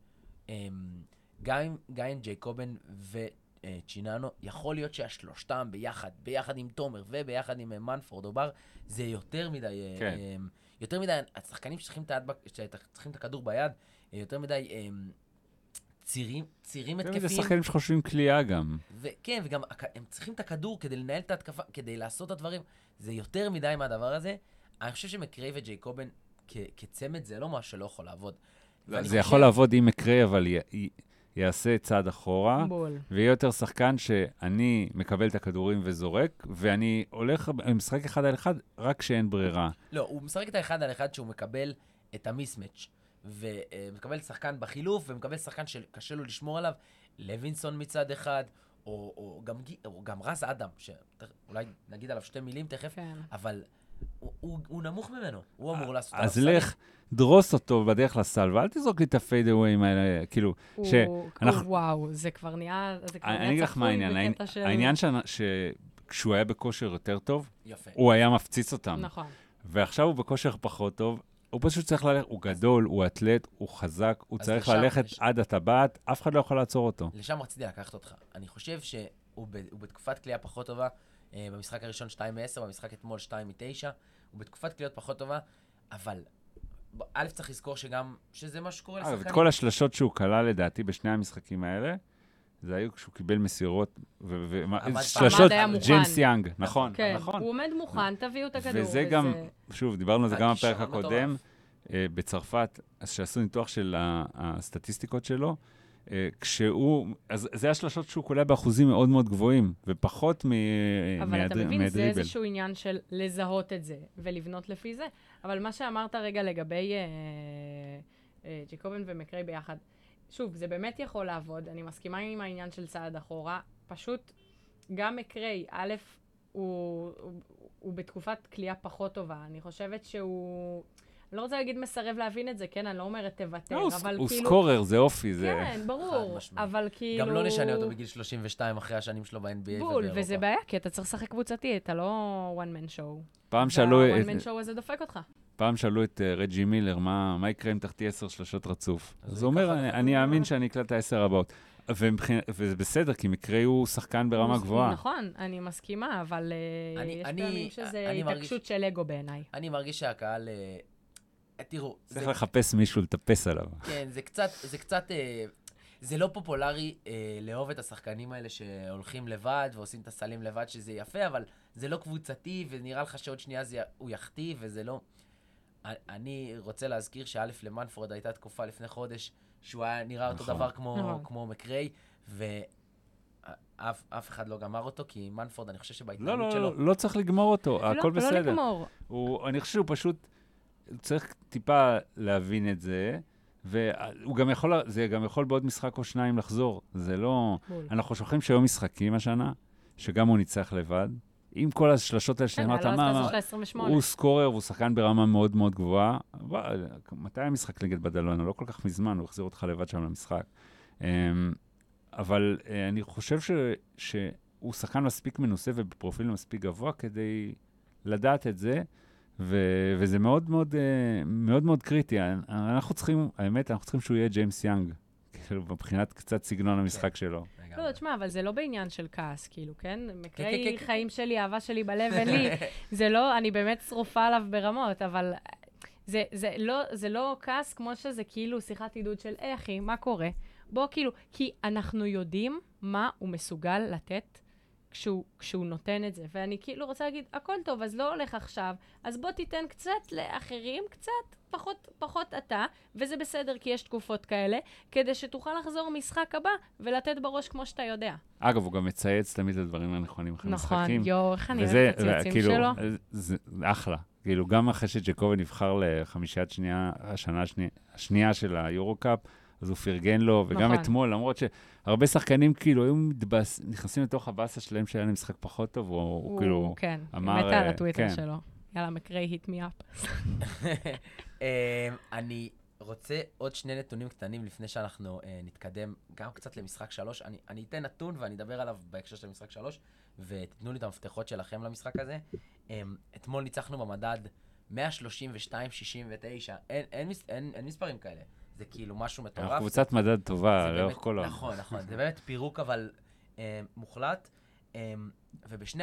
[SPEAKER 1] שגם עם ג'ייקובן וצ'יננו, יכול להיות שהשלושתם ביחד עם תומר וביחד עם מנפורד או בר, זה יותר מדי, יותר מדי, השחקנים שצריכים את הכדור ביד, יותר מדי צירים התקפיים.
[SPEAKER 2] זה שחקנים שחושבים קליעה גם.
[SPEAKER 1] כן, וגם הם צריכים את הכדור כדי לנהל את ההתקפה, כדי לעשות את הדברים, זה יותר מדי מהדבר הזה. אני חושב שמקריי וג'ייקובן, כצמד זה לא משהו שלא יכול לעבוד.
[SPEAKER 2] זה יכול לעבוד אם מקריי, אבל יעשה צעד אחורה, ויהיה יותר שחקן שאני מקבל את הכדורים וזורק, ואני הולך משחק 1 על 1 רק כשאין ברירה.
[SPEAKER 1] לא, הוא משחק את ה1 על 1 שהוא מקבל את המיסמץ', ומקבל שחקן בחילוף, ומקבל שחקן שקשה לו לשמור עליו, לוינסון מצד אחד, או גם רז אדם, שאולי נגיד עליו 2 מילים תכף, אבל הוא נמוך ממנו, הוא אמור לעשות...
[SPEAKER 2] אז לך, דרוס אותו בדרך לסל, ואל תזרוק לי את הפיידאוויים האלה, כאילו,
[SPEAKER 3] וואו, זה כבר נהיה
[SPEAKER 2] אני אגיד לך מה העניין, העניין שכשהוא היה בכושר יותר טוב,
[SPEAKER 1] יפה.
[SPEAKER 2] הוא היה מפציץ אותם.
[SPEAKER 3] נכון.
[SPEAKER 2] ועכשיו הוא בכושר פחות טוב, הוא פשוט צריך ללכת, הוא גדול, הוא אתלט, הוא חזק, הוא צריך ללכת עד הטבעת, אף אחד לא יכול לעצור אותו.
[SPEAKER 1] לשם רציתי לקחת אותך. אני חושב שהוא בתקופת קליעה פחות טובה, במשחק הראשון 2-10, במשחק אתמול 2-9, הוא בתקופת קליעות פחות טובה, אבל א' צריך לזכור שזה מה שקורה לשחקנים.
[SPEAKER 2] את כל השלשות שהוא קלה לדעתי בשני המשחקים האלה, זה היו כשהוא קיבל מסירות, שלשות ג'יימס יאנג, נכון.
[SPEAKER 3] כן, הוא עומד מוכן, תביאו את הכדור.
[SPEAKER 2] וזה גם, שוב, דיברנו על זה גם בפרק הקודם, בצרפת, אז שעשו ניתוח של הסטטיסטיקות שלו, כשהוא, אז זה השלשות שהוא קולע באחוזים מאוד מאוד גבוהים, ופחות מהדריבל.
[SPEAKER 3] אבל אתה מבין, זה איזשהו עניין של לזהות את זה, ולבנות לפי זה. אבל מה שאמרת רגע לגבי ג'קובן ומקריי ביחד, שוב, זה באמת יכול לעבוד, אני מסכימה עם העניין של צעד אחורה, פשוט גם מקריי, א', הוא בתקופת קליעה פחות טובה, אני חושבת שהוא... אני לא רוצה להגיד מסרב להבין את זה, כן? אני לא אומרת תוותר, אבל כאילו...
[SPEAKER 2] הוא סקורר, זה אופי, זה...
[SPEAKER 3] כן, ברור, אבל כאילו...
[SPEAKER 1] גם לא נשנה אותו בגיל 32 אחרי השנים שלו ב-NBA ובאירופה.
[SPEAKER 3] בול, וזה בעיה, כי אתה צריך לשחק קבוצתי, אתה לא one man show.
[SPEAKER 2] פעם שאלו...
[SPEAKER 3] וה-one man show הזה דופק אותך.
[SPEAKER 2] פעם שאלו את רג'י מילר, מה יקרה אם תחטיא 10 שלשות רצוף? אז הוא אומר, אני אאמין שאני אקלט את ה10 הבאות. וזה בסדר, כי מקרי הוא שחקן ברמה גבוהה.
[SPEAKER 3] נכון, אני מסכימה, אבל יש פעמים שזה התעקשות של אגו בעיניי.
[SPEAKER 1] אני מרגיש שהקהל... תראו...
[SPEAKER 2] צריך לחפש מישהו לטפס עליו.
[SPEAKER 1] כן, זה קצת... זה לא פופולרי לאהוב את השחקנים האלה שהולכים לבד ועושים את הסלים לבד, שזה יפה, אבל זה לא קבוצתי, ונראה לך שעוד שנייה הוא יחטיא, וזה לא... אני רוצה להזכיר שא' למנפורד הייתה תקופה לפני חודש, שהוא היה נראה אותו דבר כמו מקריי, ואף אחד לא גמר אותו, כי מנפורד, אני חושב שבהתנהלות שלו...
[SPEAKER 2] לא צריך לגמור אותו, הכל בסדר.
[SPEAKER 3] לא לגמור.
[SPEAKER 2] אני חושב שהוא פשוט צריך טיפה להבין את זה, והוא גם יכול, זה גם יכול בעוד משחק או שניים לחזור. זה לא... אנחנו שוכחים שהיום משחקים השנה, שגם הוא ניצח לבד, עם כל השלשות האלה שאמרת, הוא סקורר, הוא שחקן ברמה מאוד מאוד גבוהה. מתי המשחק נגד בדלונה? לא כל כך מזמן, הוא החזיר אותך לבד שם למשחק. אבל אני חושב שהוא שחקן מספיק מנוסה ובפרופיל מספיק גבוה כדי לדעת את זה, וזה מאוד מאוד, מאוד מאוד קריטי. אנחנו צריכים, האמת, אנחנו צריכים שהוא יהיה ג'יימס יאנג, כאילו, מבחינת קצת סגנון המשחק שלו.
[SPEAKER 3] לא, תשמע, אבל זה לא בעניין של כעס, כאילו, כן? מקרי חיים שלי, אהבה שלי בלב, אין לי, זה לא, אני באמת שרופה עליו ברמות, אבל זה לא כעס כמו שזה כאילו שיחת עידוד של, אחי, מה קורה? בוא, כאילו, כי אנחנו יודעים מה הוא מסוגל לתת כשהוא נותן את זה. ואני כאילו רוצה להגיד, הכל טוב, אז לא הולך עכשיו, אז בוא תיתן קצת לאחרים, קצת פחות אתה, וזה בסדר כי יש תקופות כאלה, כדי שתוכל לחזור משחק הבא ולתת בראש כמו שאתה יודע.
[SPEAKER 2] אגב, הוא גם מצייץ תמיד לדברים הנכונים אחרי משחקים.
[SPEAKER 3] נכון, איך אני אוהבת את הציוצים שלו?
[SPEAKER 2] זה אחלה. כאילו, גם אחרי שג'קובן נבחר לחמישיית השנייה של היורו-קאפ, אז הוא פרגן לו, וגם אתמול, למרות שהרבה שחקנים כאילו היו נכנסים לתוך הבאסה שלהם שהיה להם משחק פחות טוב, הוא כאילו
[SPEAKER 3] כן,
[SPEAKER 2] אמר...
[SPEAKER 3] מתה על הטוויטר שלו. יאללה, מקרי, hit me up.
[SPEAKER 1] אני רוצה עוד שני נתונים קטנים לפני שאנחנו נתקדם גם קצת למשחק 3. אני אתן נתון ואני אדבר עליו בהקשר של משחק 3, ותתנו לי את המפתחות שלכם למשחק הזה. אתמול ניצחנו במדד 132-69. אין מספרים כאלה. זה כאילו משהו מטורף.
[SPEAKER 2] אנחנו קבוצת מדד טובה, לאורך כל העולם.
[SPEAKER 1] נכון, נכון. זה באמת פירוק אבל מוחלט. ובשני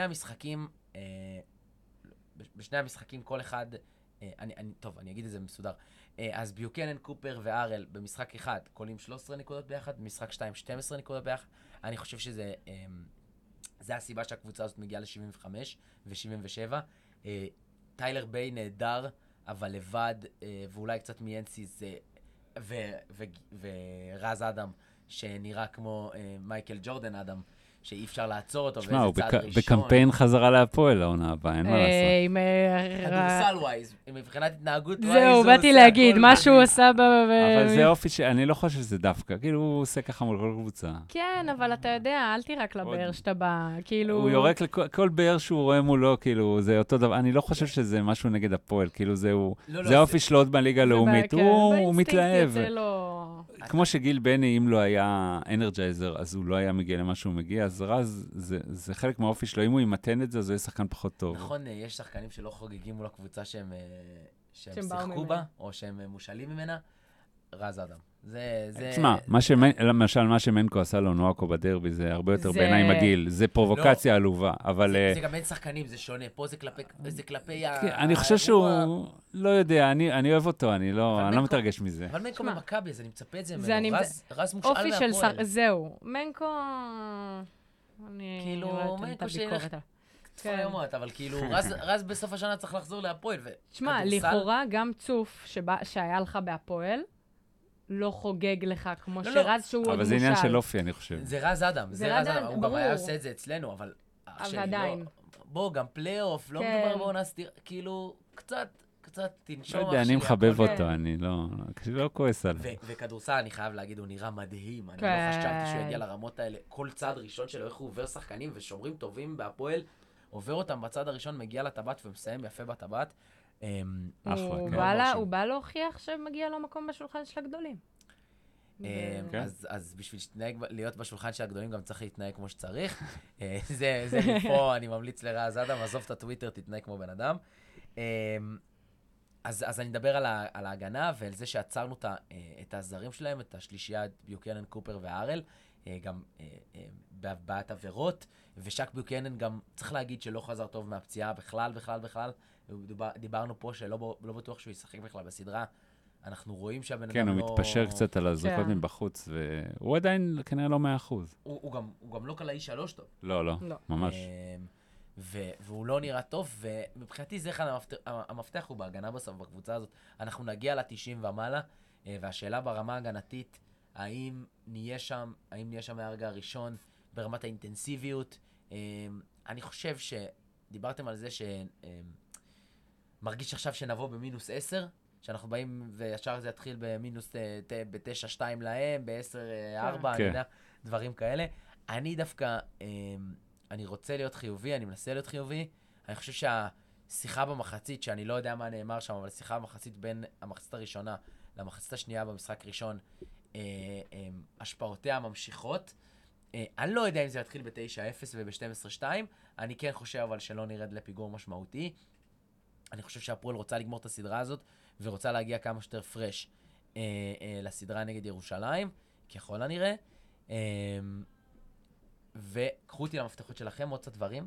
[SPEAKER 1] המשחקים כל אחד, טוב, אני אגיד את זה מסודר. אז ביוקנן, קופר וארל במשחק אחד קולים 13 נקודות ביחד, במשחק 2 12 נקודות ביחד. אני חושב שזה הסיבה שהקבוצה הזאת מגיעה ל-75 ו-77. טיילר ביי נהדר, אבל לבד, ואולי קצת מיאנסי זה... ורז אדם, שנראה כמו מייקל ג'ורדן אדם, שאי אפשר לעצור אותו,
[SPEAKER 2] תשמע,
[SPEAKER 1] ואיזה צעד ראשון.
[SPEAKER 2] בקמפיין חזרה להפועל לעונה הבאה, אין מה לעשות.
[SPEAKER 1] כדורסל ווייז, מבחינת התנהגות ווייז,
[SPEAKER 3] זהו, באתי להגיד, מה שהוא עושה
[SPEAKER 2] אבל זה אופי אני לא חושב שזה דווקא, כאילו הוא עושה ככה מול כל קבוצה.
[SPEAKER 3] כן, אבל אתה יודע, אל תירק לבאר שאתה בא, כאילו...
[SPEAKER 2] הוא יורק לכל באר שהוא רואה מולו, כאילו, זה אותו דבר. אני לא חושב שזה משהו נגד הפועל, כאילו זה האופי שלו עוד בליגה הלאומית, הוא מתלהב. כמו שגיל בני, אם לא היה אנרג'ייזר, אז הוא לא היה מגיע למה שהוא מגיע, אז רז, זה חלק מהאופי שלו. אם הוא ימתן את זה, אז הוא יהיה שחקן פחות טוב.
[SPEAKER 1] נכון, יש שחקנים שלא חוגגים מול הקבוצה שהם שיחקו בה, או שהם מושאלים ממנה. רז אדם.
[SPEAKER 2] תשמע, למשל, מה שמנקו עשה לו נואקו בדרבי, זה הרבה יותר בעיניי מגעיל. זה פרובוקציה עלובה, אבל...
[SPEAKER 1] זה גם בין שחקנים, זה שונה. פה זה כלפי
[SPEAKER 2] אני חושב שהוא... לא יודע, אני אוהב אותו, אני לא מתרגש מזה.
[SPEAKER 1] אבל מנקו במכבי, אז אני מצפה את זה ממנו. רז מושאל מהפועל.
[SPEAKER 3] זהו, מנקו...
[SPEAKER 1] כאילו, מנקו שילך... תפרמות, אבל כאילו, רז בסוף השנה צריך לחזור להפועל.
[SPEAKER 3] תשמע, לכאורה גם צוף שהיה לך בהפועל, לא חוגג לך כמו שרז שהוא עוד מושל.
[SPEAKER 2] אבל זה עניין של אופי, אני חושב.
[SPEAKER 1] זה רז אדם, הוא גם היה עושה את זה אצלנו, אבל...
[SPEAKER 3] עדיין.
[SPEAKER 1] בוא, גם פלייאוף, לא מדובר בעונה סתירה, כאילו, קצת תנשום.
[SPEAKER 2] לא יודע, אני מחבב אותו, אני לא כועס עליו.
[SPEAKER 1] וכדורסל, אני חייב להגיד, הוא נראה מדהים. אני לא חשבתי שהוא יגיע לרמות האלה. כל צעד ראשון שלו, איך הוא עובר שחקנים ושומרים טובים בהפועל, עובר אותם בצד הראשון, מגיע לטבעת ומסיים יפה בטבעת.
[SPEAKER 3] הוא בא להוכיח שמגיע לו מקום בשולחן של הגדולים.
[SPEAKER 1] אז בשביל להיות בשולחן של הגדולים גם צריך להתנהג כמו שצריך. זה מפה, אני ממליץ לרז אדם, עזוב את הטוויטר, תתנהג כמו בן אדם. אז אני אדבר על ההגנה ועל זה שעצרנו את הזרים שלהם, את השלישייה, ביוקנן, קופר והארל, גם בהבעת עבירות, ושק ביוקנן גם צריך להגיד שלא חזר טוב מהפציעה בכלל. דיברנו פה שלא בטוח שהוא ישחק בכלל בסדרה. אנחנו רואים שהבן אדם לא...
[SPEAKER 2] כן, הוא מתפשר קצת על הזריקות מבחוץ, והוא עדיין כנראה לא 100%.
[SPEAKER 1] הוא גם לא קלעי 3 טוב.
[SPEAKER 2] לא, ממש.
[SPEAKER 1] והוא לא נראה טוב, ומבחינתי זה אחד המפתח הוא בהגנה בסוף בקבוצה הזאת. אנחנו נגיע ל-90 ומעלה, והשאלה ברמה הגנתית, האם נהיה שם מהרגע הראשון ברמת האינטנסיביות. אני חושב שדיברתם על זה שמרגיש עכשיו שנבוא במינוס 10, שאנחנו באים וישר זה יתחיל במינוס ב-9-2 להם, ב-10-4, אני יודע, דברים כאלה. אני דווקא, אני רוצה להיות חיובי, אני מנסה להיות חיובי. אני חושב שהשיחה במחצית, שאני לא יודע מה נאמר שם, אבל השיחה במחצית בין המחצית הראשונה למחצית השנייה במשחק ראשון, השפעותיה ממשיכות. אני לא יודע אם זה יתחיל ב-9-0 וב-12-2, אני כן חושב אבל שלא נרד לפיגור משמעותי. אני חושב שהפועל רוצה לגמור את הסדרה הזאת, ורוצה להגיע כמה שיותר פרש לסדרה נגד ירושלים, ככל הנראה. וקחו אותי למפתחות שלכם, עוד קצת דברים.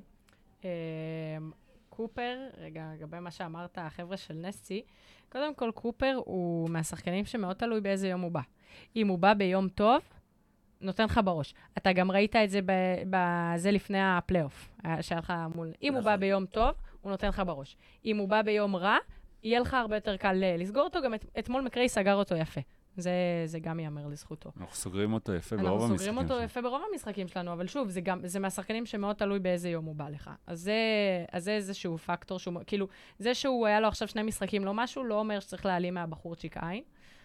[SPEAKER 3] קופר, רגע, לגבי מה שאמרת, החבר'ה של נסי, קודם כל קופר הוא מהשחקנים שמאוד תלוי באיזה יום הוא בא. אם הוא בא ביום טוב, נותן לך בראש. אתה גם ראית את זה בזה לפני הפלייאוף, שהיה לך מול... אם הוא בא ביום טוב, הוא נותן לך בראש. אם הוא בא ביום רע, יהיה לך הרבה יותר קל לסגור אותו, גם אתמול מקרי סגר אותו יפה. זה גם יאמר לזכותו.
[SPEAKER 2] אנחנו סוגרים אותו יפה ברוב המשחקים שלנו.
[SPEAKER 3] אנחנו סוגרים אותו יפה ברוב המשחקים שלנו, אבל שוב, זה מהשחקנים שמאוד תלוי באיזה יום הוא בא לך. אז זה איזשהו פקטור, כאילו, זה שהוא היה לו עכשיו 2 משחקים לא משהו, לא אומר שצריך להעלים מהבחורצ'יק עין.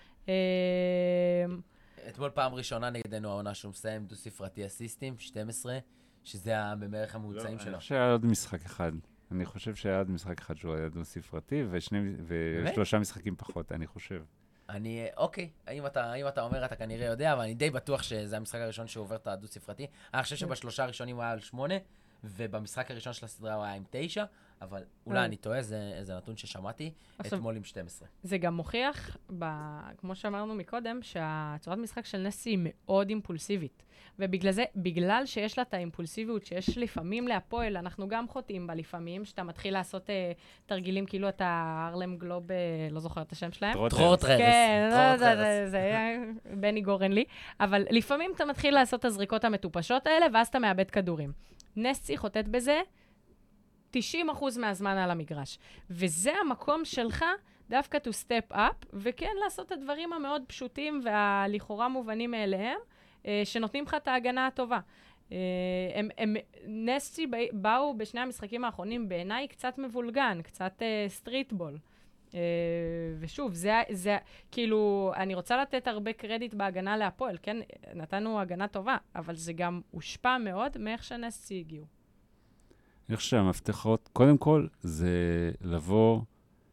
[SPEAKER 1] אתמול פעם ראשונה נגדנו העונה שהוא מסיים דו-ספרתי אסיסטים, 12, שזה במערך הממוצעים שלו.
[SPEAKER 2] אני חושב שהיה עוד משחק אחד. אני חושב שהיה עוד משחק אחד שהוא היה דו-ספרתי, ו3 משחקים פחות, אני חושב.
[SPEAKER 1] אוקיי, אם אתה אומר, אתה כנראה יודע, אבל אני די בטוח שזה המשחק הראשון שהוא עובר את הדו-ספרתי. אני חושב שבשלושה הראשונים הוא היה על 8, ובמשחק הראשון של הסדרה הוא היה עם 9, אבל אולי אני טועה, זה נתון ששמעתי, אתמול עם 12.
[SPEAKER 3] זה גם מוכיח, כמו שאמרנו מקודם, שהצורת משחק של נסי היא מאוד אימפולסיבית. ובגלל זה, בגלל שיש לה את האימפולסיביות, שיש לפעמים להפועל, אנחנו גם חוטאים בה לפעמים, שאתה מתחיל לעשות תרגילים, כאילו אתה ארלם גלוב, לא זוכר את השם שלהם.
[SPEAKER 1] טרוטררס.
[SPEAKER 3] כן, זה בני גורן לי. אבל לפעמים אתה מתחיל לעשות את הזריקות המטופשות האלה, ואז אתה מאבד כדורים. נסי חוטאת בזה 90% מהזמן על המגרש. וזה המקום שלך דווקא to step up, וכן לעשות את הדברים המאוד פשוטים והלכאורה מובנים מאליהם, שנותנים לך את ההגנה הטובה. נסטי באו בשני המשחקים האחרונים בעיניי קצת מבולגן, קצת סטריטבול. ושוב, זה, כאילו, אני רוצה לתת הרבה קרדיט בהגנה להפועל, כן? נתנו הגנה טובה, אבל זה גם הושפע מאוד מאיך שנסטי הגיעו.
[SPEAKER 2] אני חושב שהמפתחות, קודם כל, זה לבוא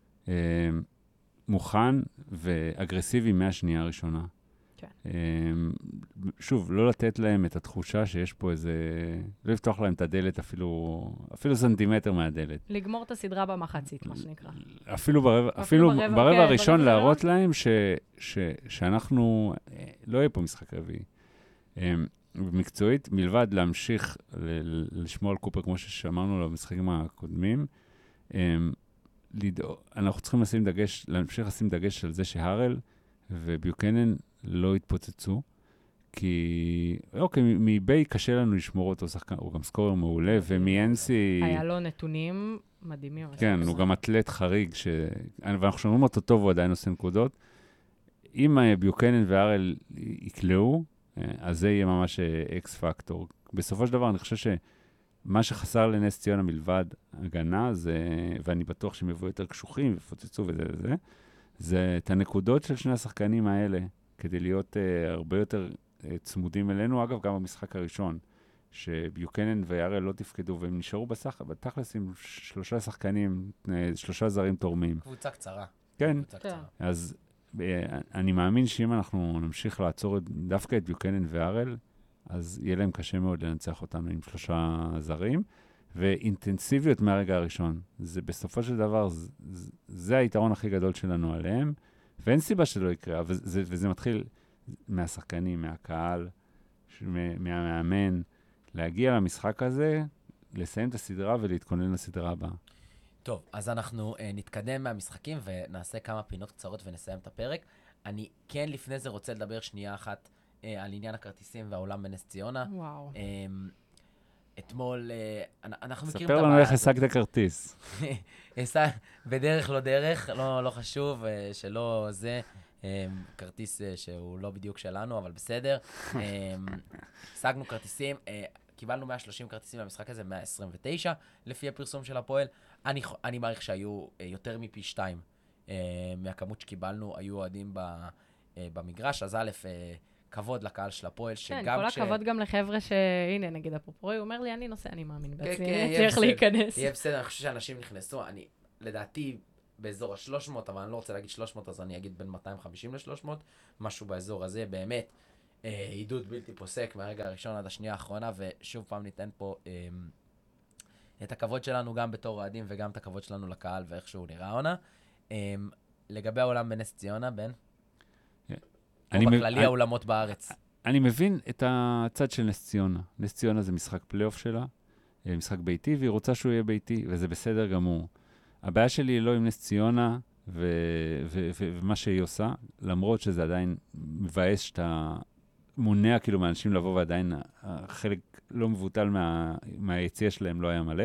[SPEAKER 2] מוכן ואגרסיבי מהשנייה הראשונה.
[SPEAKER 3] כן.
[SPEAKER 2] שוב, לא לתת להם את התחושה שיש פה איזה... לא לפתוח להם את הדלת אפילו סנטימטר מהדלת.
[SPEAKER 3] לגמור את הסדרה במחצית, מה שנקרא.
[SPEAKER 2] אפילו ברבע הראשון להראות להם שאנחנו... לא יהיה פה משחק רביעי. מקצועית, מלבד להמשיך לשמור על קופר, כמו ששמענו לו במשחקים הקודמים, אנחנו צריכים להמשיך לשים דגש על זה שהארל וביוקנן לא התפוצצו, כי אוקיי, מביי קשה לנו לשמור אותו שחקן, הוא גם סקורר מעולה, ומאנסי...
[SPEAKER 3] היה לו נתונים מדהימים.
[SPEAKER 2] כן, הוא גם אתלט חריג, ואנחנו שומעים אותו טוב, הוא עדיין עושה נקודות. אם ביוקנן והארל יקלעו, אז זה יהיה ממש אקס פקטור. בסופו של דבר, אני חושב שמה שחסר לנס ציונה מלבד הגנה, ואני בטוח שהם יבואו יותר קשוחים ופוצצו וזה, זה את הנקודות של שני השחקנים האלה, כדי להיות הרבה יותר צמודים אלינו. אגב, גם במשחק הראשון, שביוקנן והארל לא תפקדו, והם נשארו בתכלס עם 3 שחקנים, 3 זרים תורמים.
[SPEAKER 1] קבוצה קצרה.
[SPEAKER 2] כן. אז אני מאמין שאם אנחנו נמשיך לעצור דווקא את ביוקנן והארל, אז יהיה להם קשה מאוד לנצח אותנו עם 3 זרים, ואינטנסיביות מהרגע הראשון. זה בסופו של דבר, זה היתרון הכי גדול שלנו עליהם, ואין סיבה שלא יקרה, וזה מתחיל מהשחקנים, מהקהל, מהמאמן, להגיע למשחק הזה, לסיים את הסדרה ולהתכונן לסדרה הבאה.
[SPEAKER 1] טוב, אז אנחנו נתקדם מהמשחקים ונעשה כמה פינות קצרות ונסיים את הפרק. אני כן לפני זה רוצה לדבר שנייה אחת על עניין הכרטיסים והעולם בנס ציונה.
[SPEAKER 3] וואו.
[SPEAKER 1] אתמול, אנחנו מכירים את הבעיה.
[SPEAKER 2] ספר לנו איך השגת כרטיס.
[SPEAKER 1] בדרך לא דרך, לא חשוב, שלא זה, כרטיס שהוא לא בדיוק שלנו, אבל בסדר. השגנו כרטיסים, קיבלנו 130 כרטיסים למשחק הזה, 129 לפי הפרסום של הפועל. אני מעריך שהיו יותר מפי 2 מהכמות שקיבלנו, היו אוהדים במגרש, אז א', כבוד לקהל של הפועל,
[SPEAKER 3] כן, כל הכבוד גם לחבר'ה שהנה, נגיד הפופרוי, הוא אומר לי, אני נוסע, אני מאמין בעצמי, אני צריך להיכנס.
[SPEAKER 1] יהיה בסדר, אני חושב שאנשים נכנסו, אני לדעתי באזור ה-300, אבל אני לא רוצה להגיד 300, אז אני אגיד בין 250 ל-300, משהו באזור הזה, באמת, עידוד בלתי פוסק מהרגע הראשון עד השנייה האחרונה, ושוב פעם ניתן פה את הכבוד שלנו גם בתור אוהדים, וגם את הכבוד שלנו לקהל ואיך שהוא נראה עונה. לגבי העולם בנס ציונה, בן? או בכללי האולמות בארץ.
[SPEAKER 2] אני מבין את הצד של נס ציונה. נס ציונה זה משחק פלייאוף שלה, משחק ביתי, והיא רוצה שהוא יהיה ביתי, וזה בסדר גמור. הבעיה שלי היא לא עם נס ציונה ומה שהיא עושה, למרות שזה עדיין מבאס שאתה מונע כאילו מאנשים לבוא, ועדיין חלק לא מבוטל מהיציאה שלהם לא היה מלא.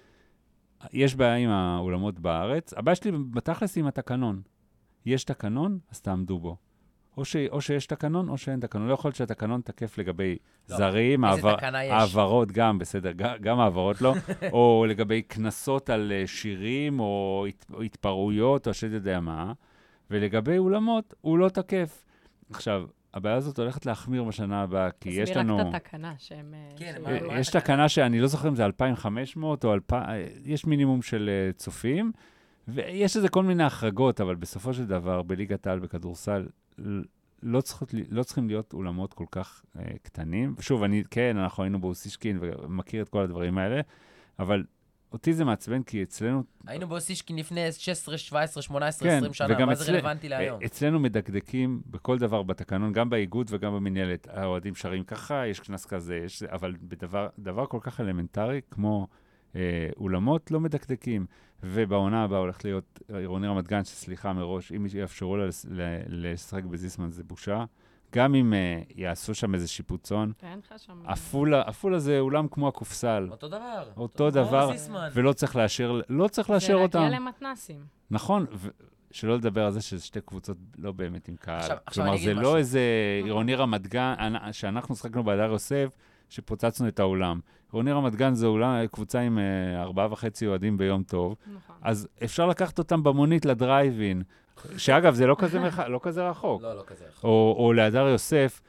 [SPEAKER 2] יש בעיה עם האולמות בארץ. הבעיה שלי בתכלס עם התקנון. יש תקנון, אז תעמדו בו. או שיש תקנון, או שאין תקנון. לא יכול להיות שהתקנון תקף לגבי זרים, העברות גם, בסדר, גם העברות לא, או לגבי כנסות על שירים, או התפרעויות, או שאתה יודע מה, ולגבי אולמות, הוא לא תקף. עכשיו, הבעיה הזאת הולכת להחמיר בשנה הבאה, כי יש לנו...
[SPEAKER 3] תסביר רק את התקנה שהם...
[SPEAKER 2] יש תקנה שאני לא זוכר אם זה 2,500, או יש מינימום של צופים, ויש לזה כל מיני החרגות, אבל בסופו של דבר, בליגת העל בכדורסל, לא צריכים להיות אולמות כל כך קטנים. ושוב, אנחנו היינו באוסישקין ומכיר את כל הדברים האלה, אבל אותי זה מעצבן, כי אצלנו...
[SPEAKER 1] היינו באוסישקין לפני 16, 17, 18, 20 שנה, מה זה רלוונטי להיום?
[SPEAKER 2] אצלנו מדקדקים בכל דבר בתקנון, גם באיגוד וגם במנהלת. האוהדים שרים ככה, יש כנס כזה, אבל בדבר כל כך אלמנטרי, כמו אולמות, לא מדקדקים. ובעונה הבאה הולכת להיות עירוני רמת גן, שסליחה מראש, אם יאפשרו לה לשחק בזיסמן, זה בושה. גם אם יעשו שם איזה שיפוצון.
[SPEAKER 3] אין לך שם...
[SPEAKER 2] אפולה זה אולם כמו הקופסל.
[SPEAKER 1] אותו דבר.
[SPEAKER 2] ולא צריך לאשר, אותם.
[SPEAKER 3] זה להגיע למתנסים.
[SPEAKER 2] נכון, שלא לדבר על זה שזה שתי קבוצות לא באמת עם קהל. כלומר, זה לא איזה עירוני רמת גן, שאנחנו שחקנו בהדר יוסף, שפוצצנו את האולם. עירוני רמת גן זה אולם, קבוצה עם 4.5 אוהדים ביום טוב,
[SPEAKER 3] נכון.
[SPEAKER 2] אז אפשר לקחת אותם במונית לדרייב-אין, שאגב, זה לא כזה רחוק.
[SPEAKER 1] לא כזה רחוק.
[SPEAKER 2] או להדר יוסף,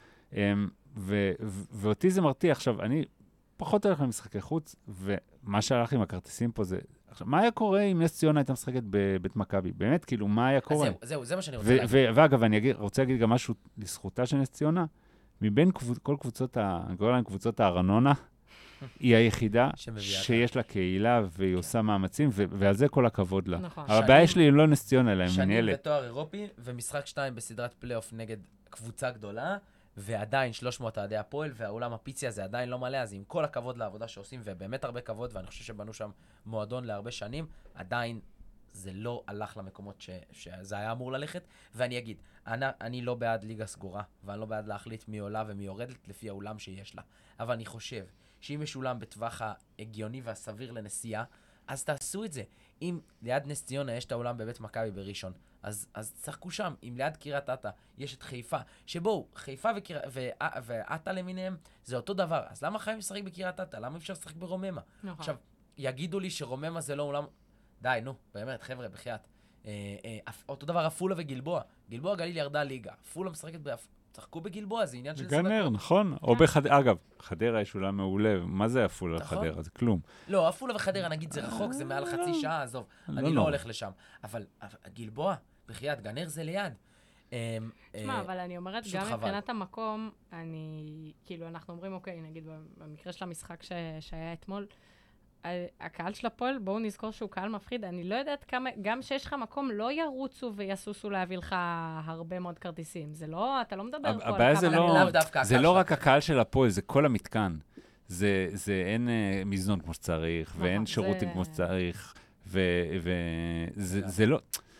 [SPEAKER 2] ואותי זה מרתיע. עכשיו, אני פחות הולך למשחקי חוץ, ומה שהלך עם הכרטיסים פה זה... עכשיו, מה היה קורה אם נס ציונה הייתה משחקת בבית מכבי? באמת, כאילו, מה היה קורה?
[SPEAKER 1] זהו, זה מה שאני רוצה להגיד.
[SPEAKER 2] ואגב, אני רוצה להגיד גם משהו לזכותה של נס ציונה, מבין כל קבוצות, אני קורא להן קבוצות הארנונה, היא היחידה שיש לה קהילה, והיא עושה מאמצים, ועל זה כל הכבוד לה.
[SPEAKER 3] נכון.
[SPEAKER 2] אבל הבעיה שלי היא לא נס ציונה, אלא עם
[SPEAKER 1] שנים
[SPEAKER 2] מנהלת.
[SPEAKER 1] ותואר אירופי, ומשחק 2 בסדרת פלייאוף נגד קבוצה גדולה, ועדיין 300 אוהדי הפועל, והאולם הפיצי הזה עדיין לא מלא, אז עם כל הכבוד לעבודה שעושים, ובאמת הרבה כבוד, ואני חושב שבנו שם מועדון להרבה שנים, עדיין זה לא הלך למקומות שזה היה אמור ללכת, ואני אגיד, אני לא בעד ליגה סגורה, ואני לא בעד להחליט מי עולה ומי יורדת לפי האולם שיש לה, אבל אני חושב שאם יש אולם בטווח ההגיוני והסביר לנסיעה, אז תעשו את זה. אם ליד נס ציונה יש את האולם בבית מכבי בראשון, אז צחקו שם. אם ליד קריית אתא יש את חיפה, שבואו, חיפה ואתא למיניהם, זה אותו דבר. אז למה חייבים לשחק בקריית אתא? למה אפשר לשחק ברוממה?
[SPEAKER 3] נכון.
[SPEAKER 1] עכשיו, יגידו לי שרוממה זה לא אולם... די, נו, באמת, חבר'ה, בחייאת. אותו דבר, עפולה וגלבוע. גלבוע גליל ירדה ליגה. עפולה משחקת צחקו בגלבוע, זה עניין של סבבה.
[SPEAKER 2] גנר, נכון? או אגב, חדרה יש אולם מעולה. מה זה עפולה וחדרה? זה כלום.
[SPEAKER 1] לא, עפולה וחדרה, נגיד, זה רחוק, זה מעל חצי שעה, עזוב. אני לא הולך לשם. אבל גלבוע, בחייאת, גנר זה ליד.
[SPEAKER 3] תשמע, אבל אני אומרת, גם מבחינת המקום, כאילו, אנחנו אומרים, אוקיי, נגיד, במקרה של המשחק שהיה אתמול, הקהל של הפועל, בואו נזכור שהוא קהל מפחיד, אני לא יודעת כמה, גם שיש לך מקום, לא ירוצו ויסוסו להביא לך הרבה מאוד כרטיסים. זה לא, אתה לא מדבר פה על
[SPEAKER 2] הבעיה זה לא רק
[SPEAKER 1] הקהל
[SPEAKER 2] הקהל של הפועל, זה כל המתקן. זה אין מזנון כמו שצריך, ואין שירותים כמו שצריך, וזה לא...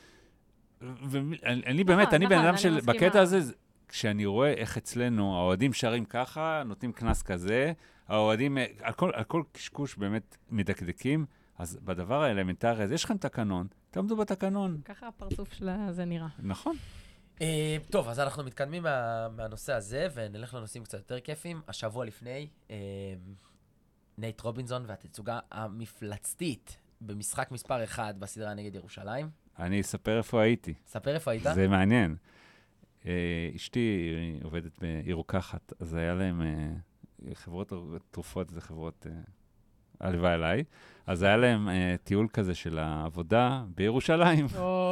[SPEAKER 2] אני באמת, אני בן אדם של, בקטע הזה, כשאני רואה איך אצלנו, האוהדים שרים ככה, נותנים כנס כזה, האוהדים, על כל קשקוש באמת מדקדקים, אז בדבר האלמנטרי, אז יש לכם תקנון, תעמדו בתקנון.
[SPEAKER 3] ככה הפרצוף שלה זה נראה.
[SPEAKER 2] נכון.
[SPEAKER 1] טוב, אז אנחנו מתקדמים מהנושא הזה, ונלך לנושאים קצת יותר כיפים. השבוע לפני, נייט רובינזון והתצוגה המפלצתית במשחק מספר 1 בסדרה נגד ירושלים.
[SPEAKER 2] אני אספר איפה הייתי.
[SPEAKER 1] ספר איפה היית?
[SPEAKER 2] זה מעניין. אשתי עובדת בירוקחת, אז היה להם חברות תרופות, זה חברות הלוואי עליי, אז היה להם טיול כזה של העבודה בירושלים.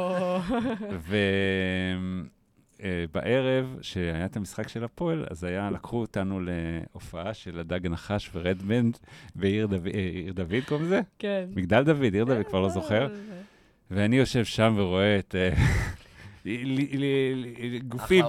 [SPEAKER 2] ובערב, שהיה את המשחק של הפועל, אז לקחו אותנו להופעה של הדג נחש ורד בנד בעיר דוד, קוראים לזה?
[SPEAKER 3] כן.
[SPEAKER 2] מגדל דוד, עיר דוד, כבר לא זוכר. ואני יושב שם ורואה את גופי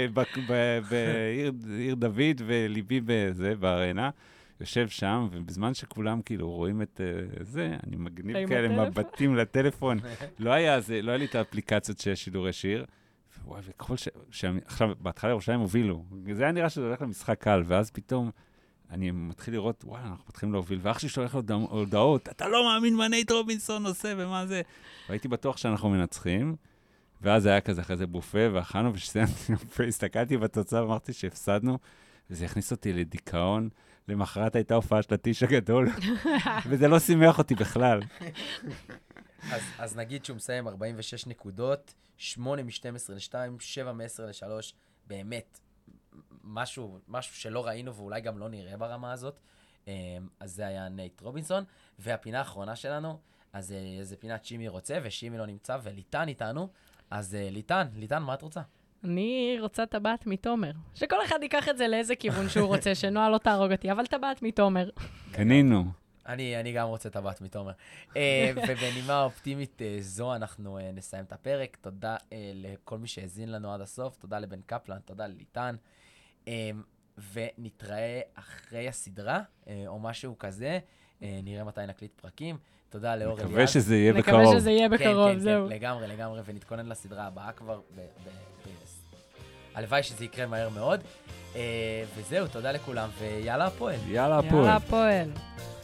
[SPEAKER 2] בעיר דוד וליבי בארנה. יושב שם, ובזמן שכולם כאילו רואים את זה, אני מגניב כאלה מבטים לטלפון. לא היה לי את האפליקציות שיש שידורי שיר. וואי, וככל עכשיו, בהתחלה ירושלים הובילו. זה היה נראה שזה הולך למשחק קל, ואז פתאום אני מתחיל לראות, וואי, אנחנו מתחילים להוביל, ואח שלי שולח הודעות, אתה לא מאמין מה נייט רובינסון עושה ומה זה. והייתי בטוח שאנחנו מנצחים, ואז היה כזה אחרי זה בופה, ואכלנו, והסתכלתי בתוצאה ואמרתי שהפסדנו, וזה הכניס אותי לדיכאון. למחרת הייתה הופעה של הטיש הגדול, וזה לא שימח אותי בכלל.
[SPEAKER 1] אז נגיד שהוא מסיים 46 נקודות, 8 מ-12 ל-2, 7 מ-10 ל-3, באמת, משהו שלא ראינו ואולי גם לא נראה ברמה הזאת. אז זה היה נייט רובינסון, והפינה האחרונה שלנו, אז זה פינת שימי רוצה, ושימי לא נמצא, וליטן איתנו. אז ליטן, מה את רוצה?
[SPEAKER 3] אני רוצה טבעת מתומר. שכל אחד ייקח את זה לאיזה כיוון שהוא רוצה, שנועה לא תהרוג אותי, אבל טבעת מתומר.
[SPEAKER 2] קנינו.
[SPEAKER 1] אני גם רוצה טבעת מתומר. ובנימה אופטימית זו אנחנו נסיים את הפרק. תודה לכל מי שהזין לנו עד הסוף. תודה לבן קפלן, תודה לליטן. ונתראה אחרי הסדרה, או משהו כזה. נראה מתי נקליט פרקים. תודה לאור אליעד.
[SPEAKER 2] מקווה שזה יהיה בקרוב.
[SPEAKER 3] מקווה שזה יהיה בקרוב, זהו.
[SPEAKER 1] כן, לגמרי, ונתכונן לסדרה הבאה כבר. הלוואי שזה יקרה מהר מאוד. וזהו, תודה לכולם, ויאללה הפועל.
[SPEAKER 2] יאללה הפועל.
[SPEAKER 3] יאללה הפועל.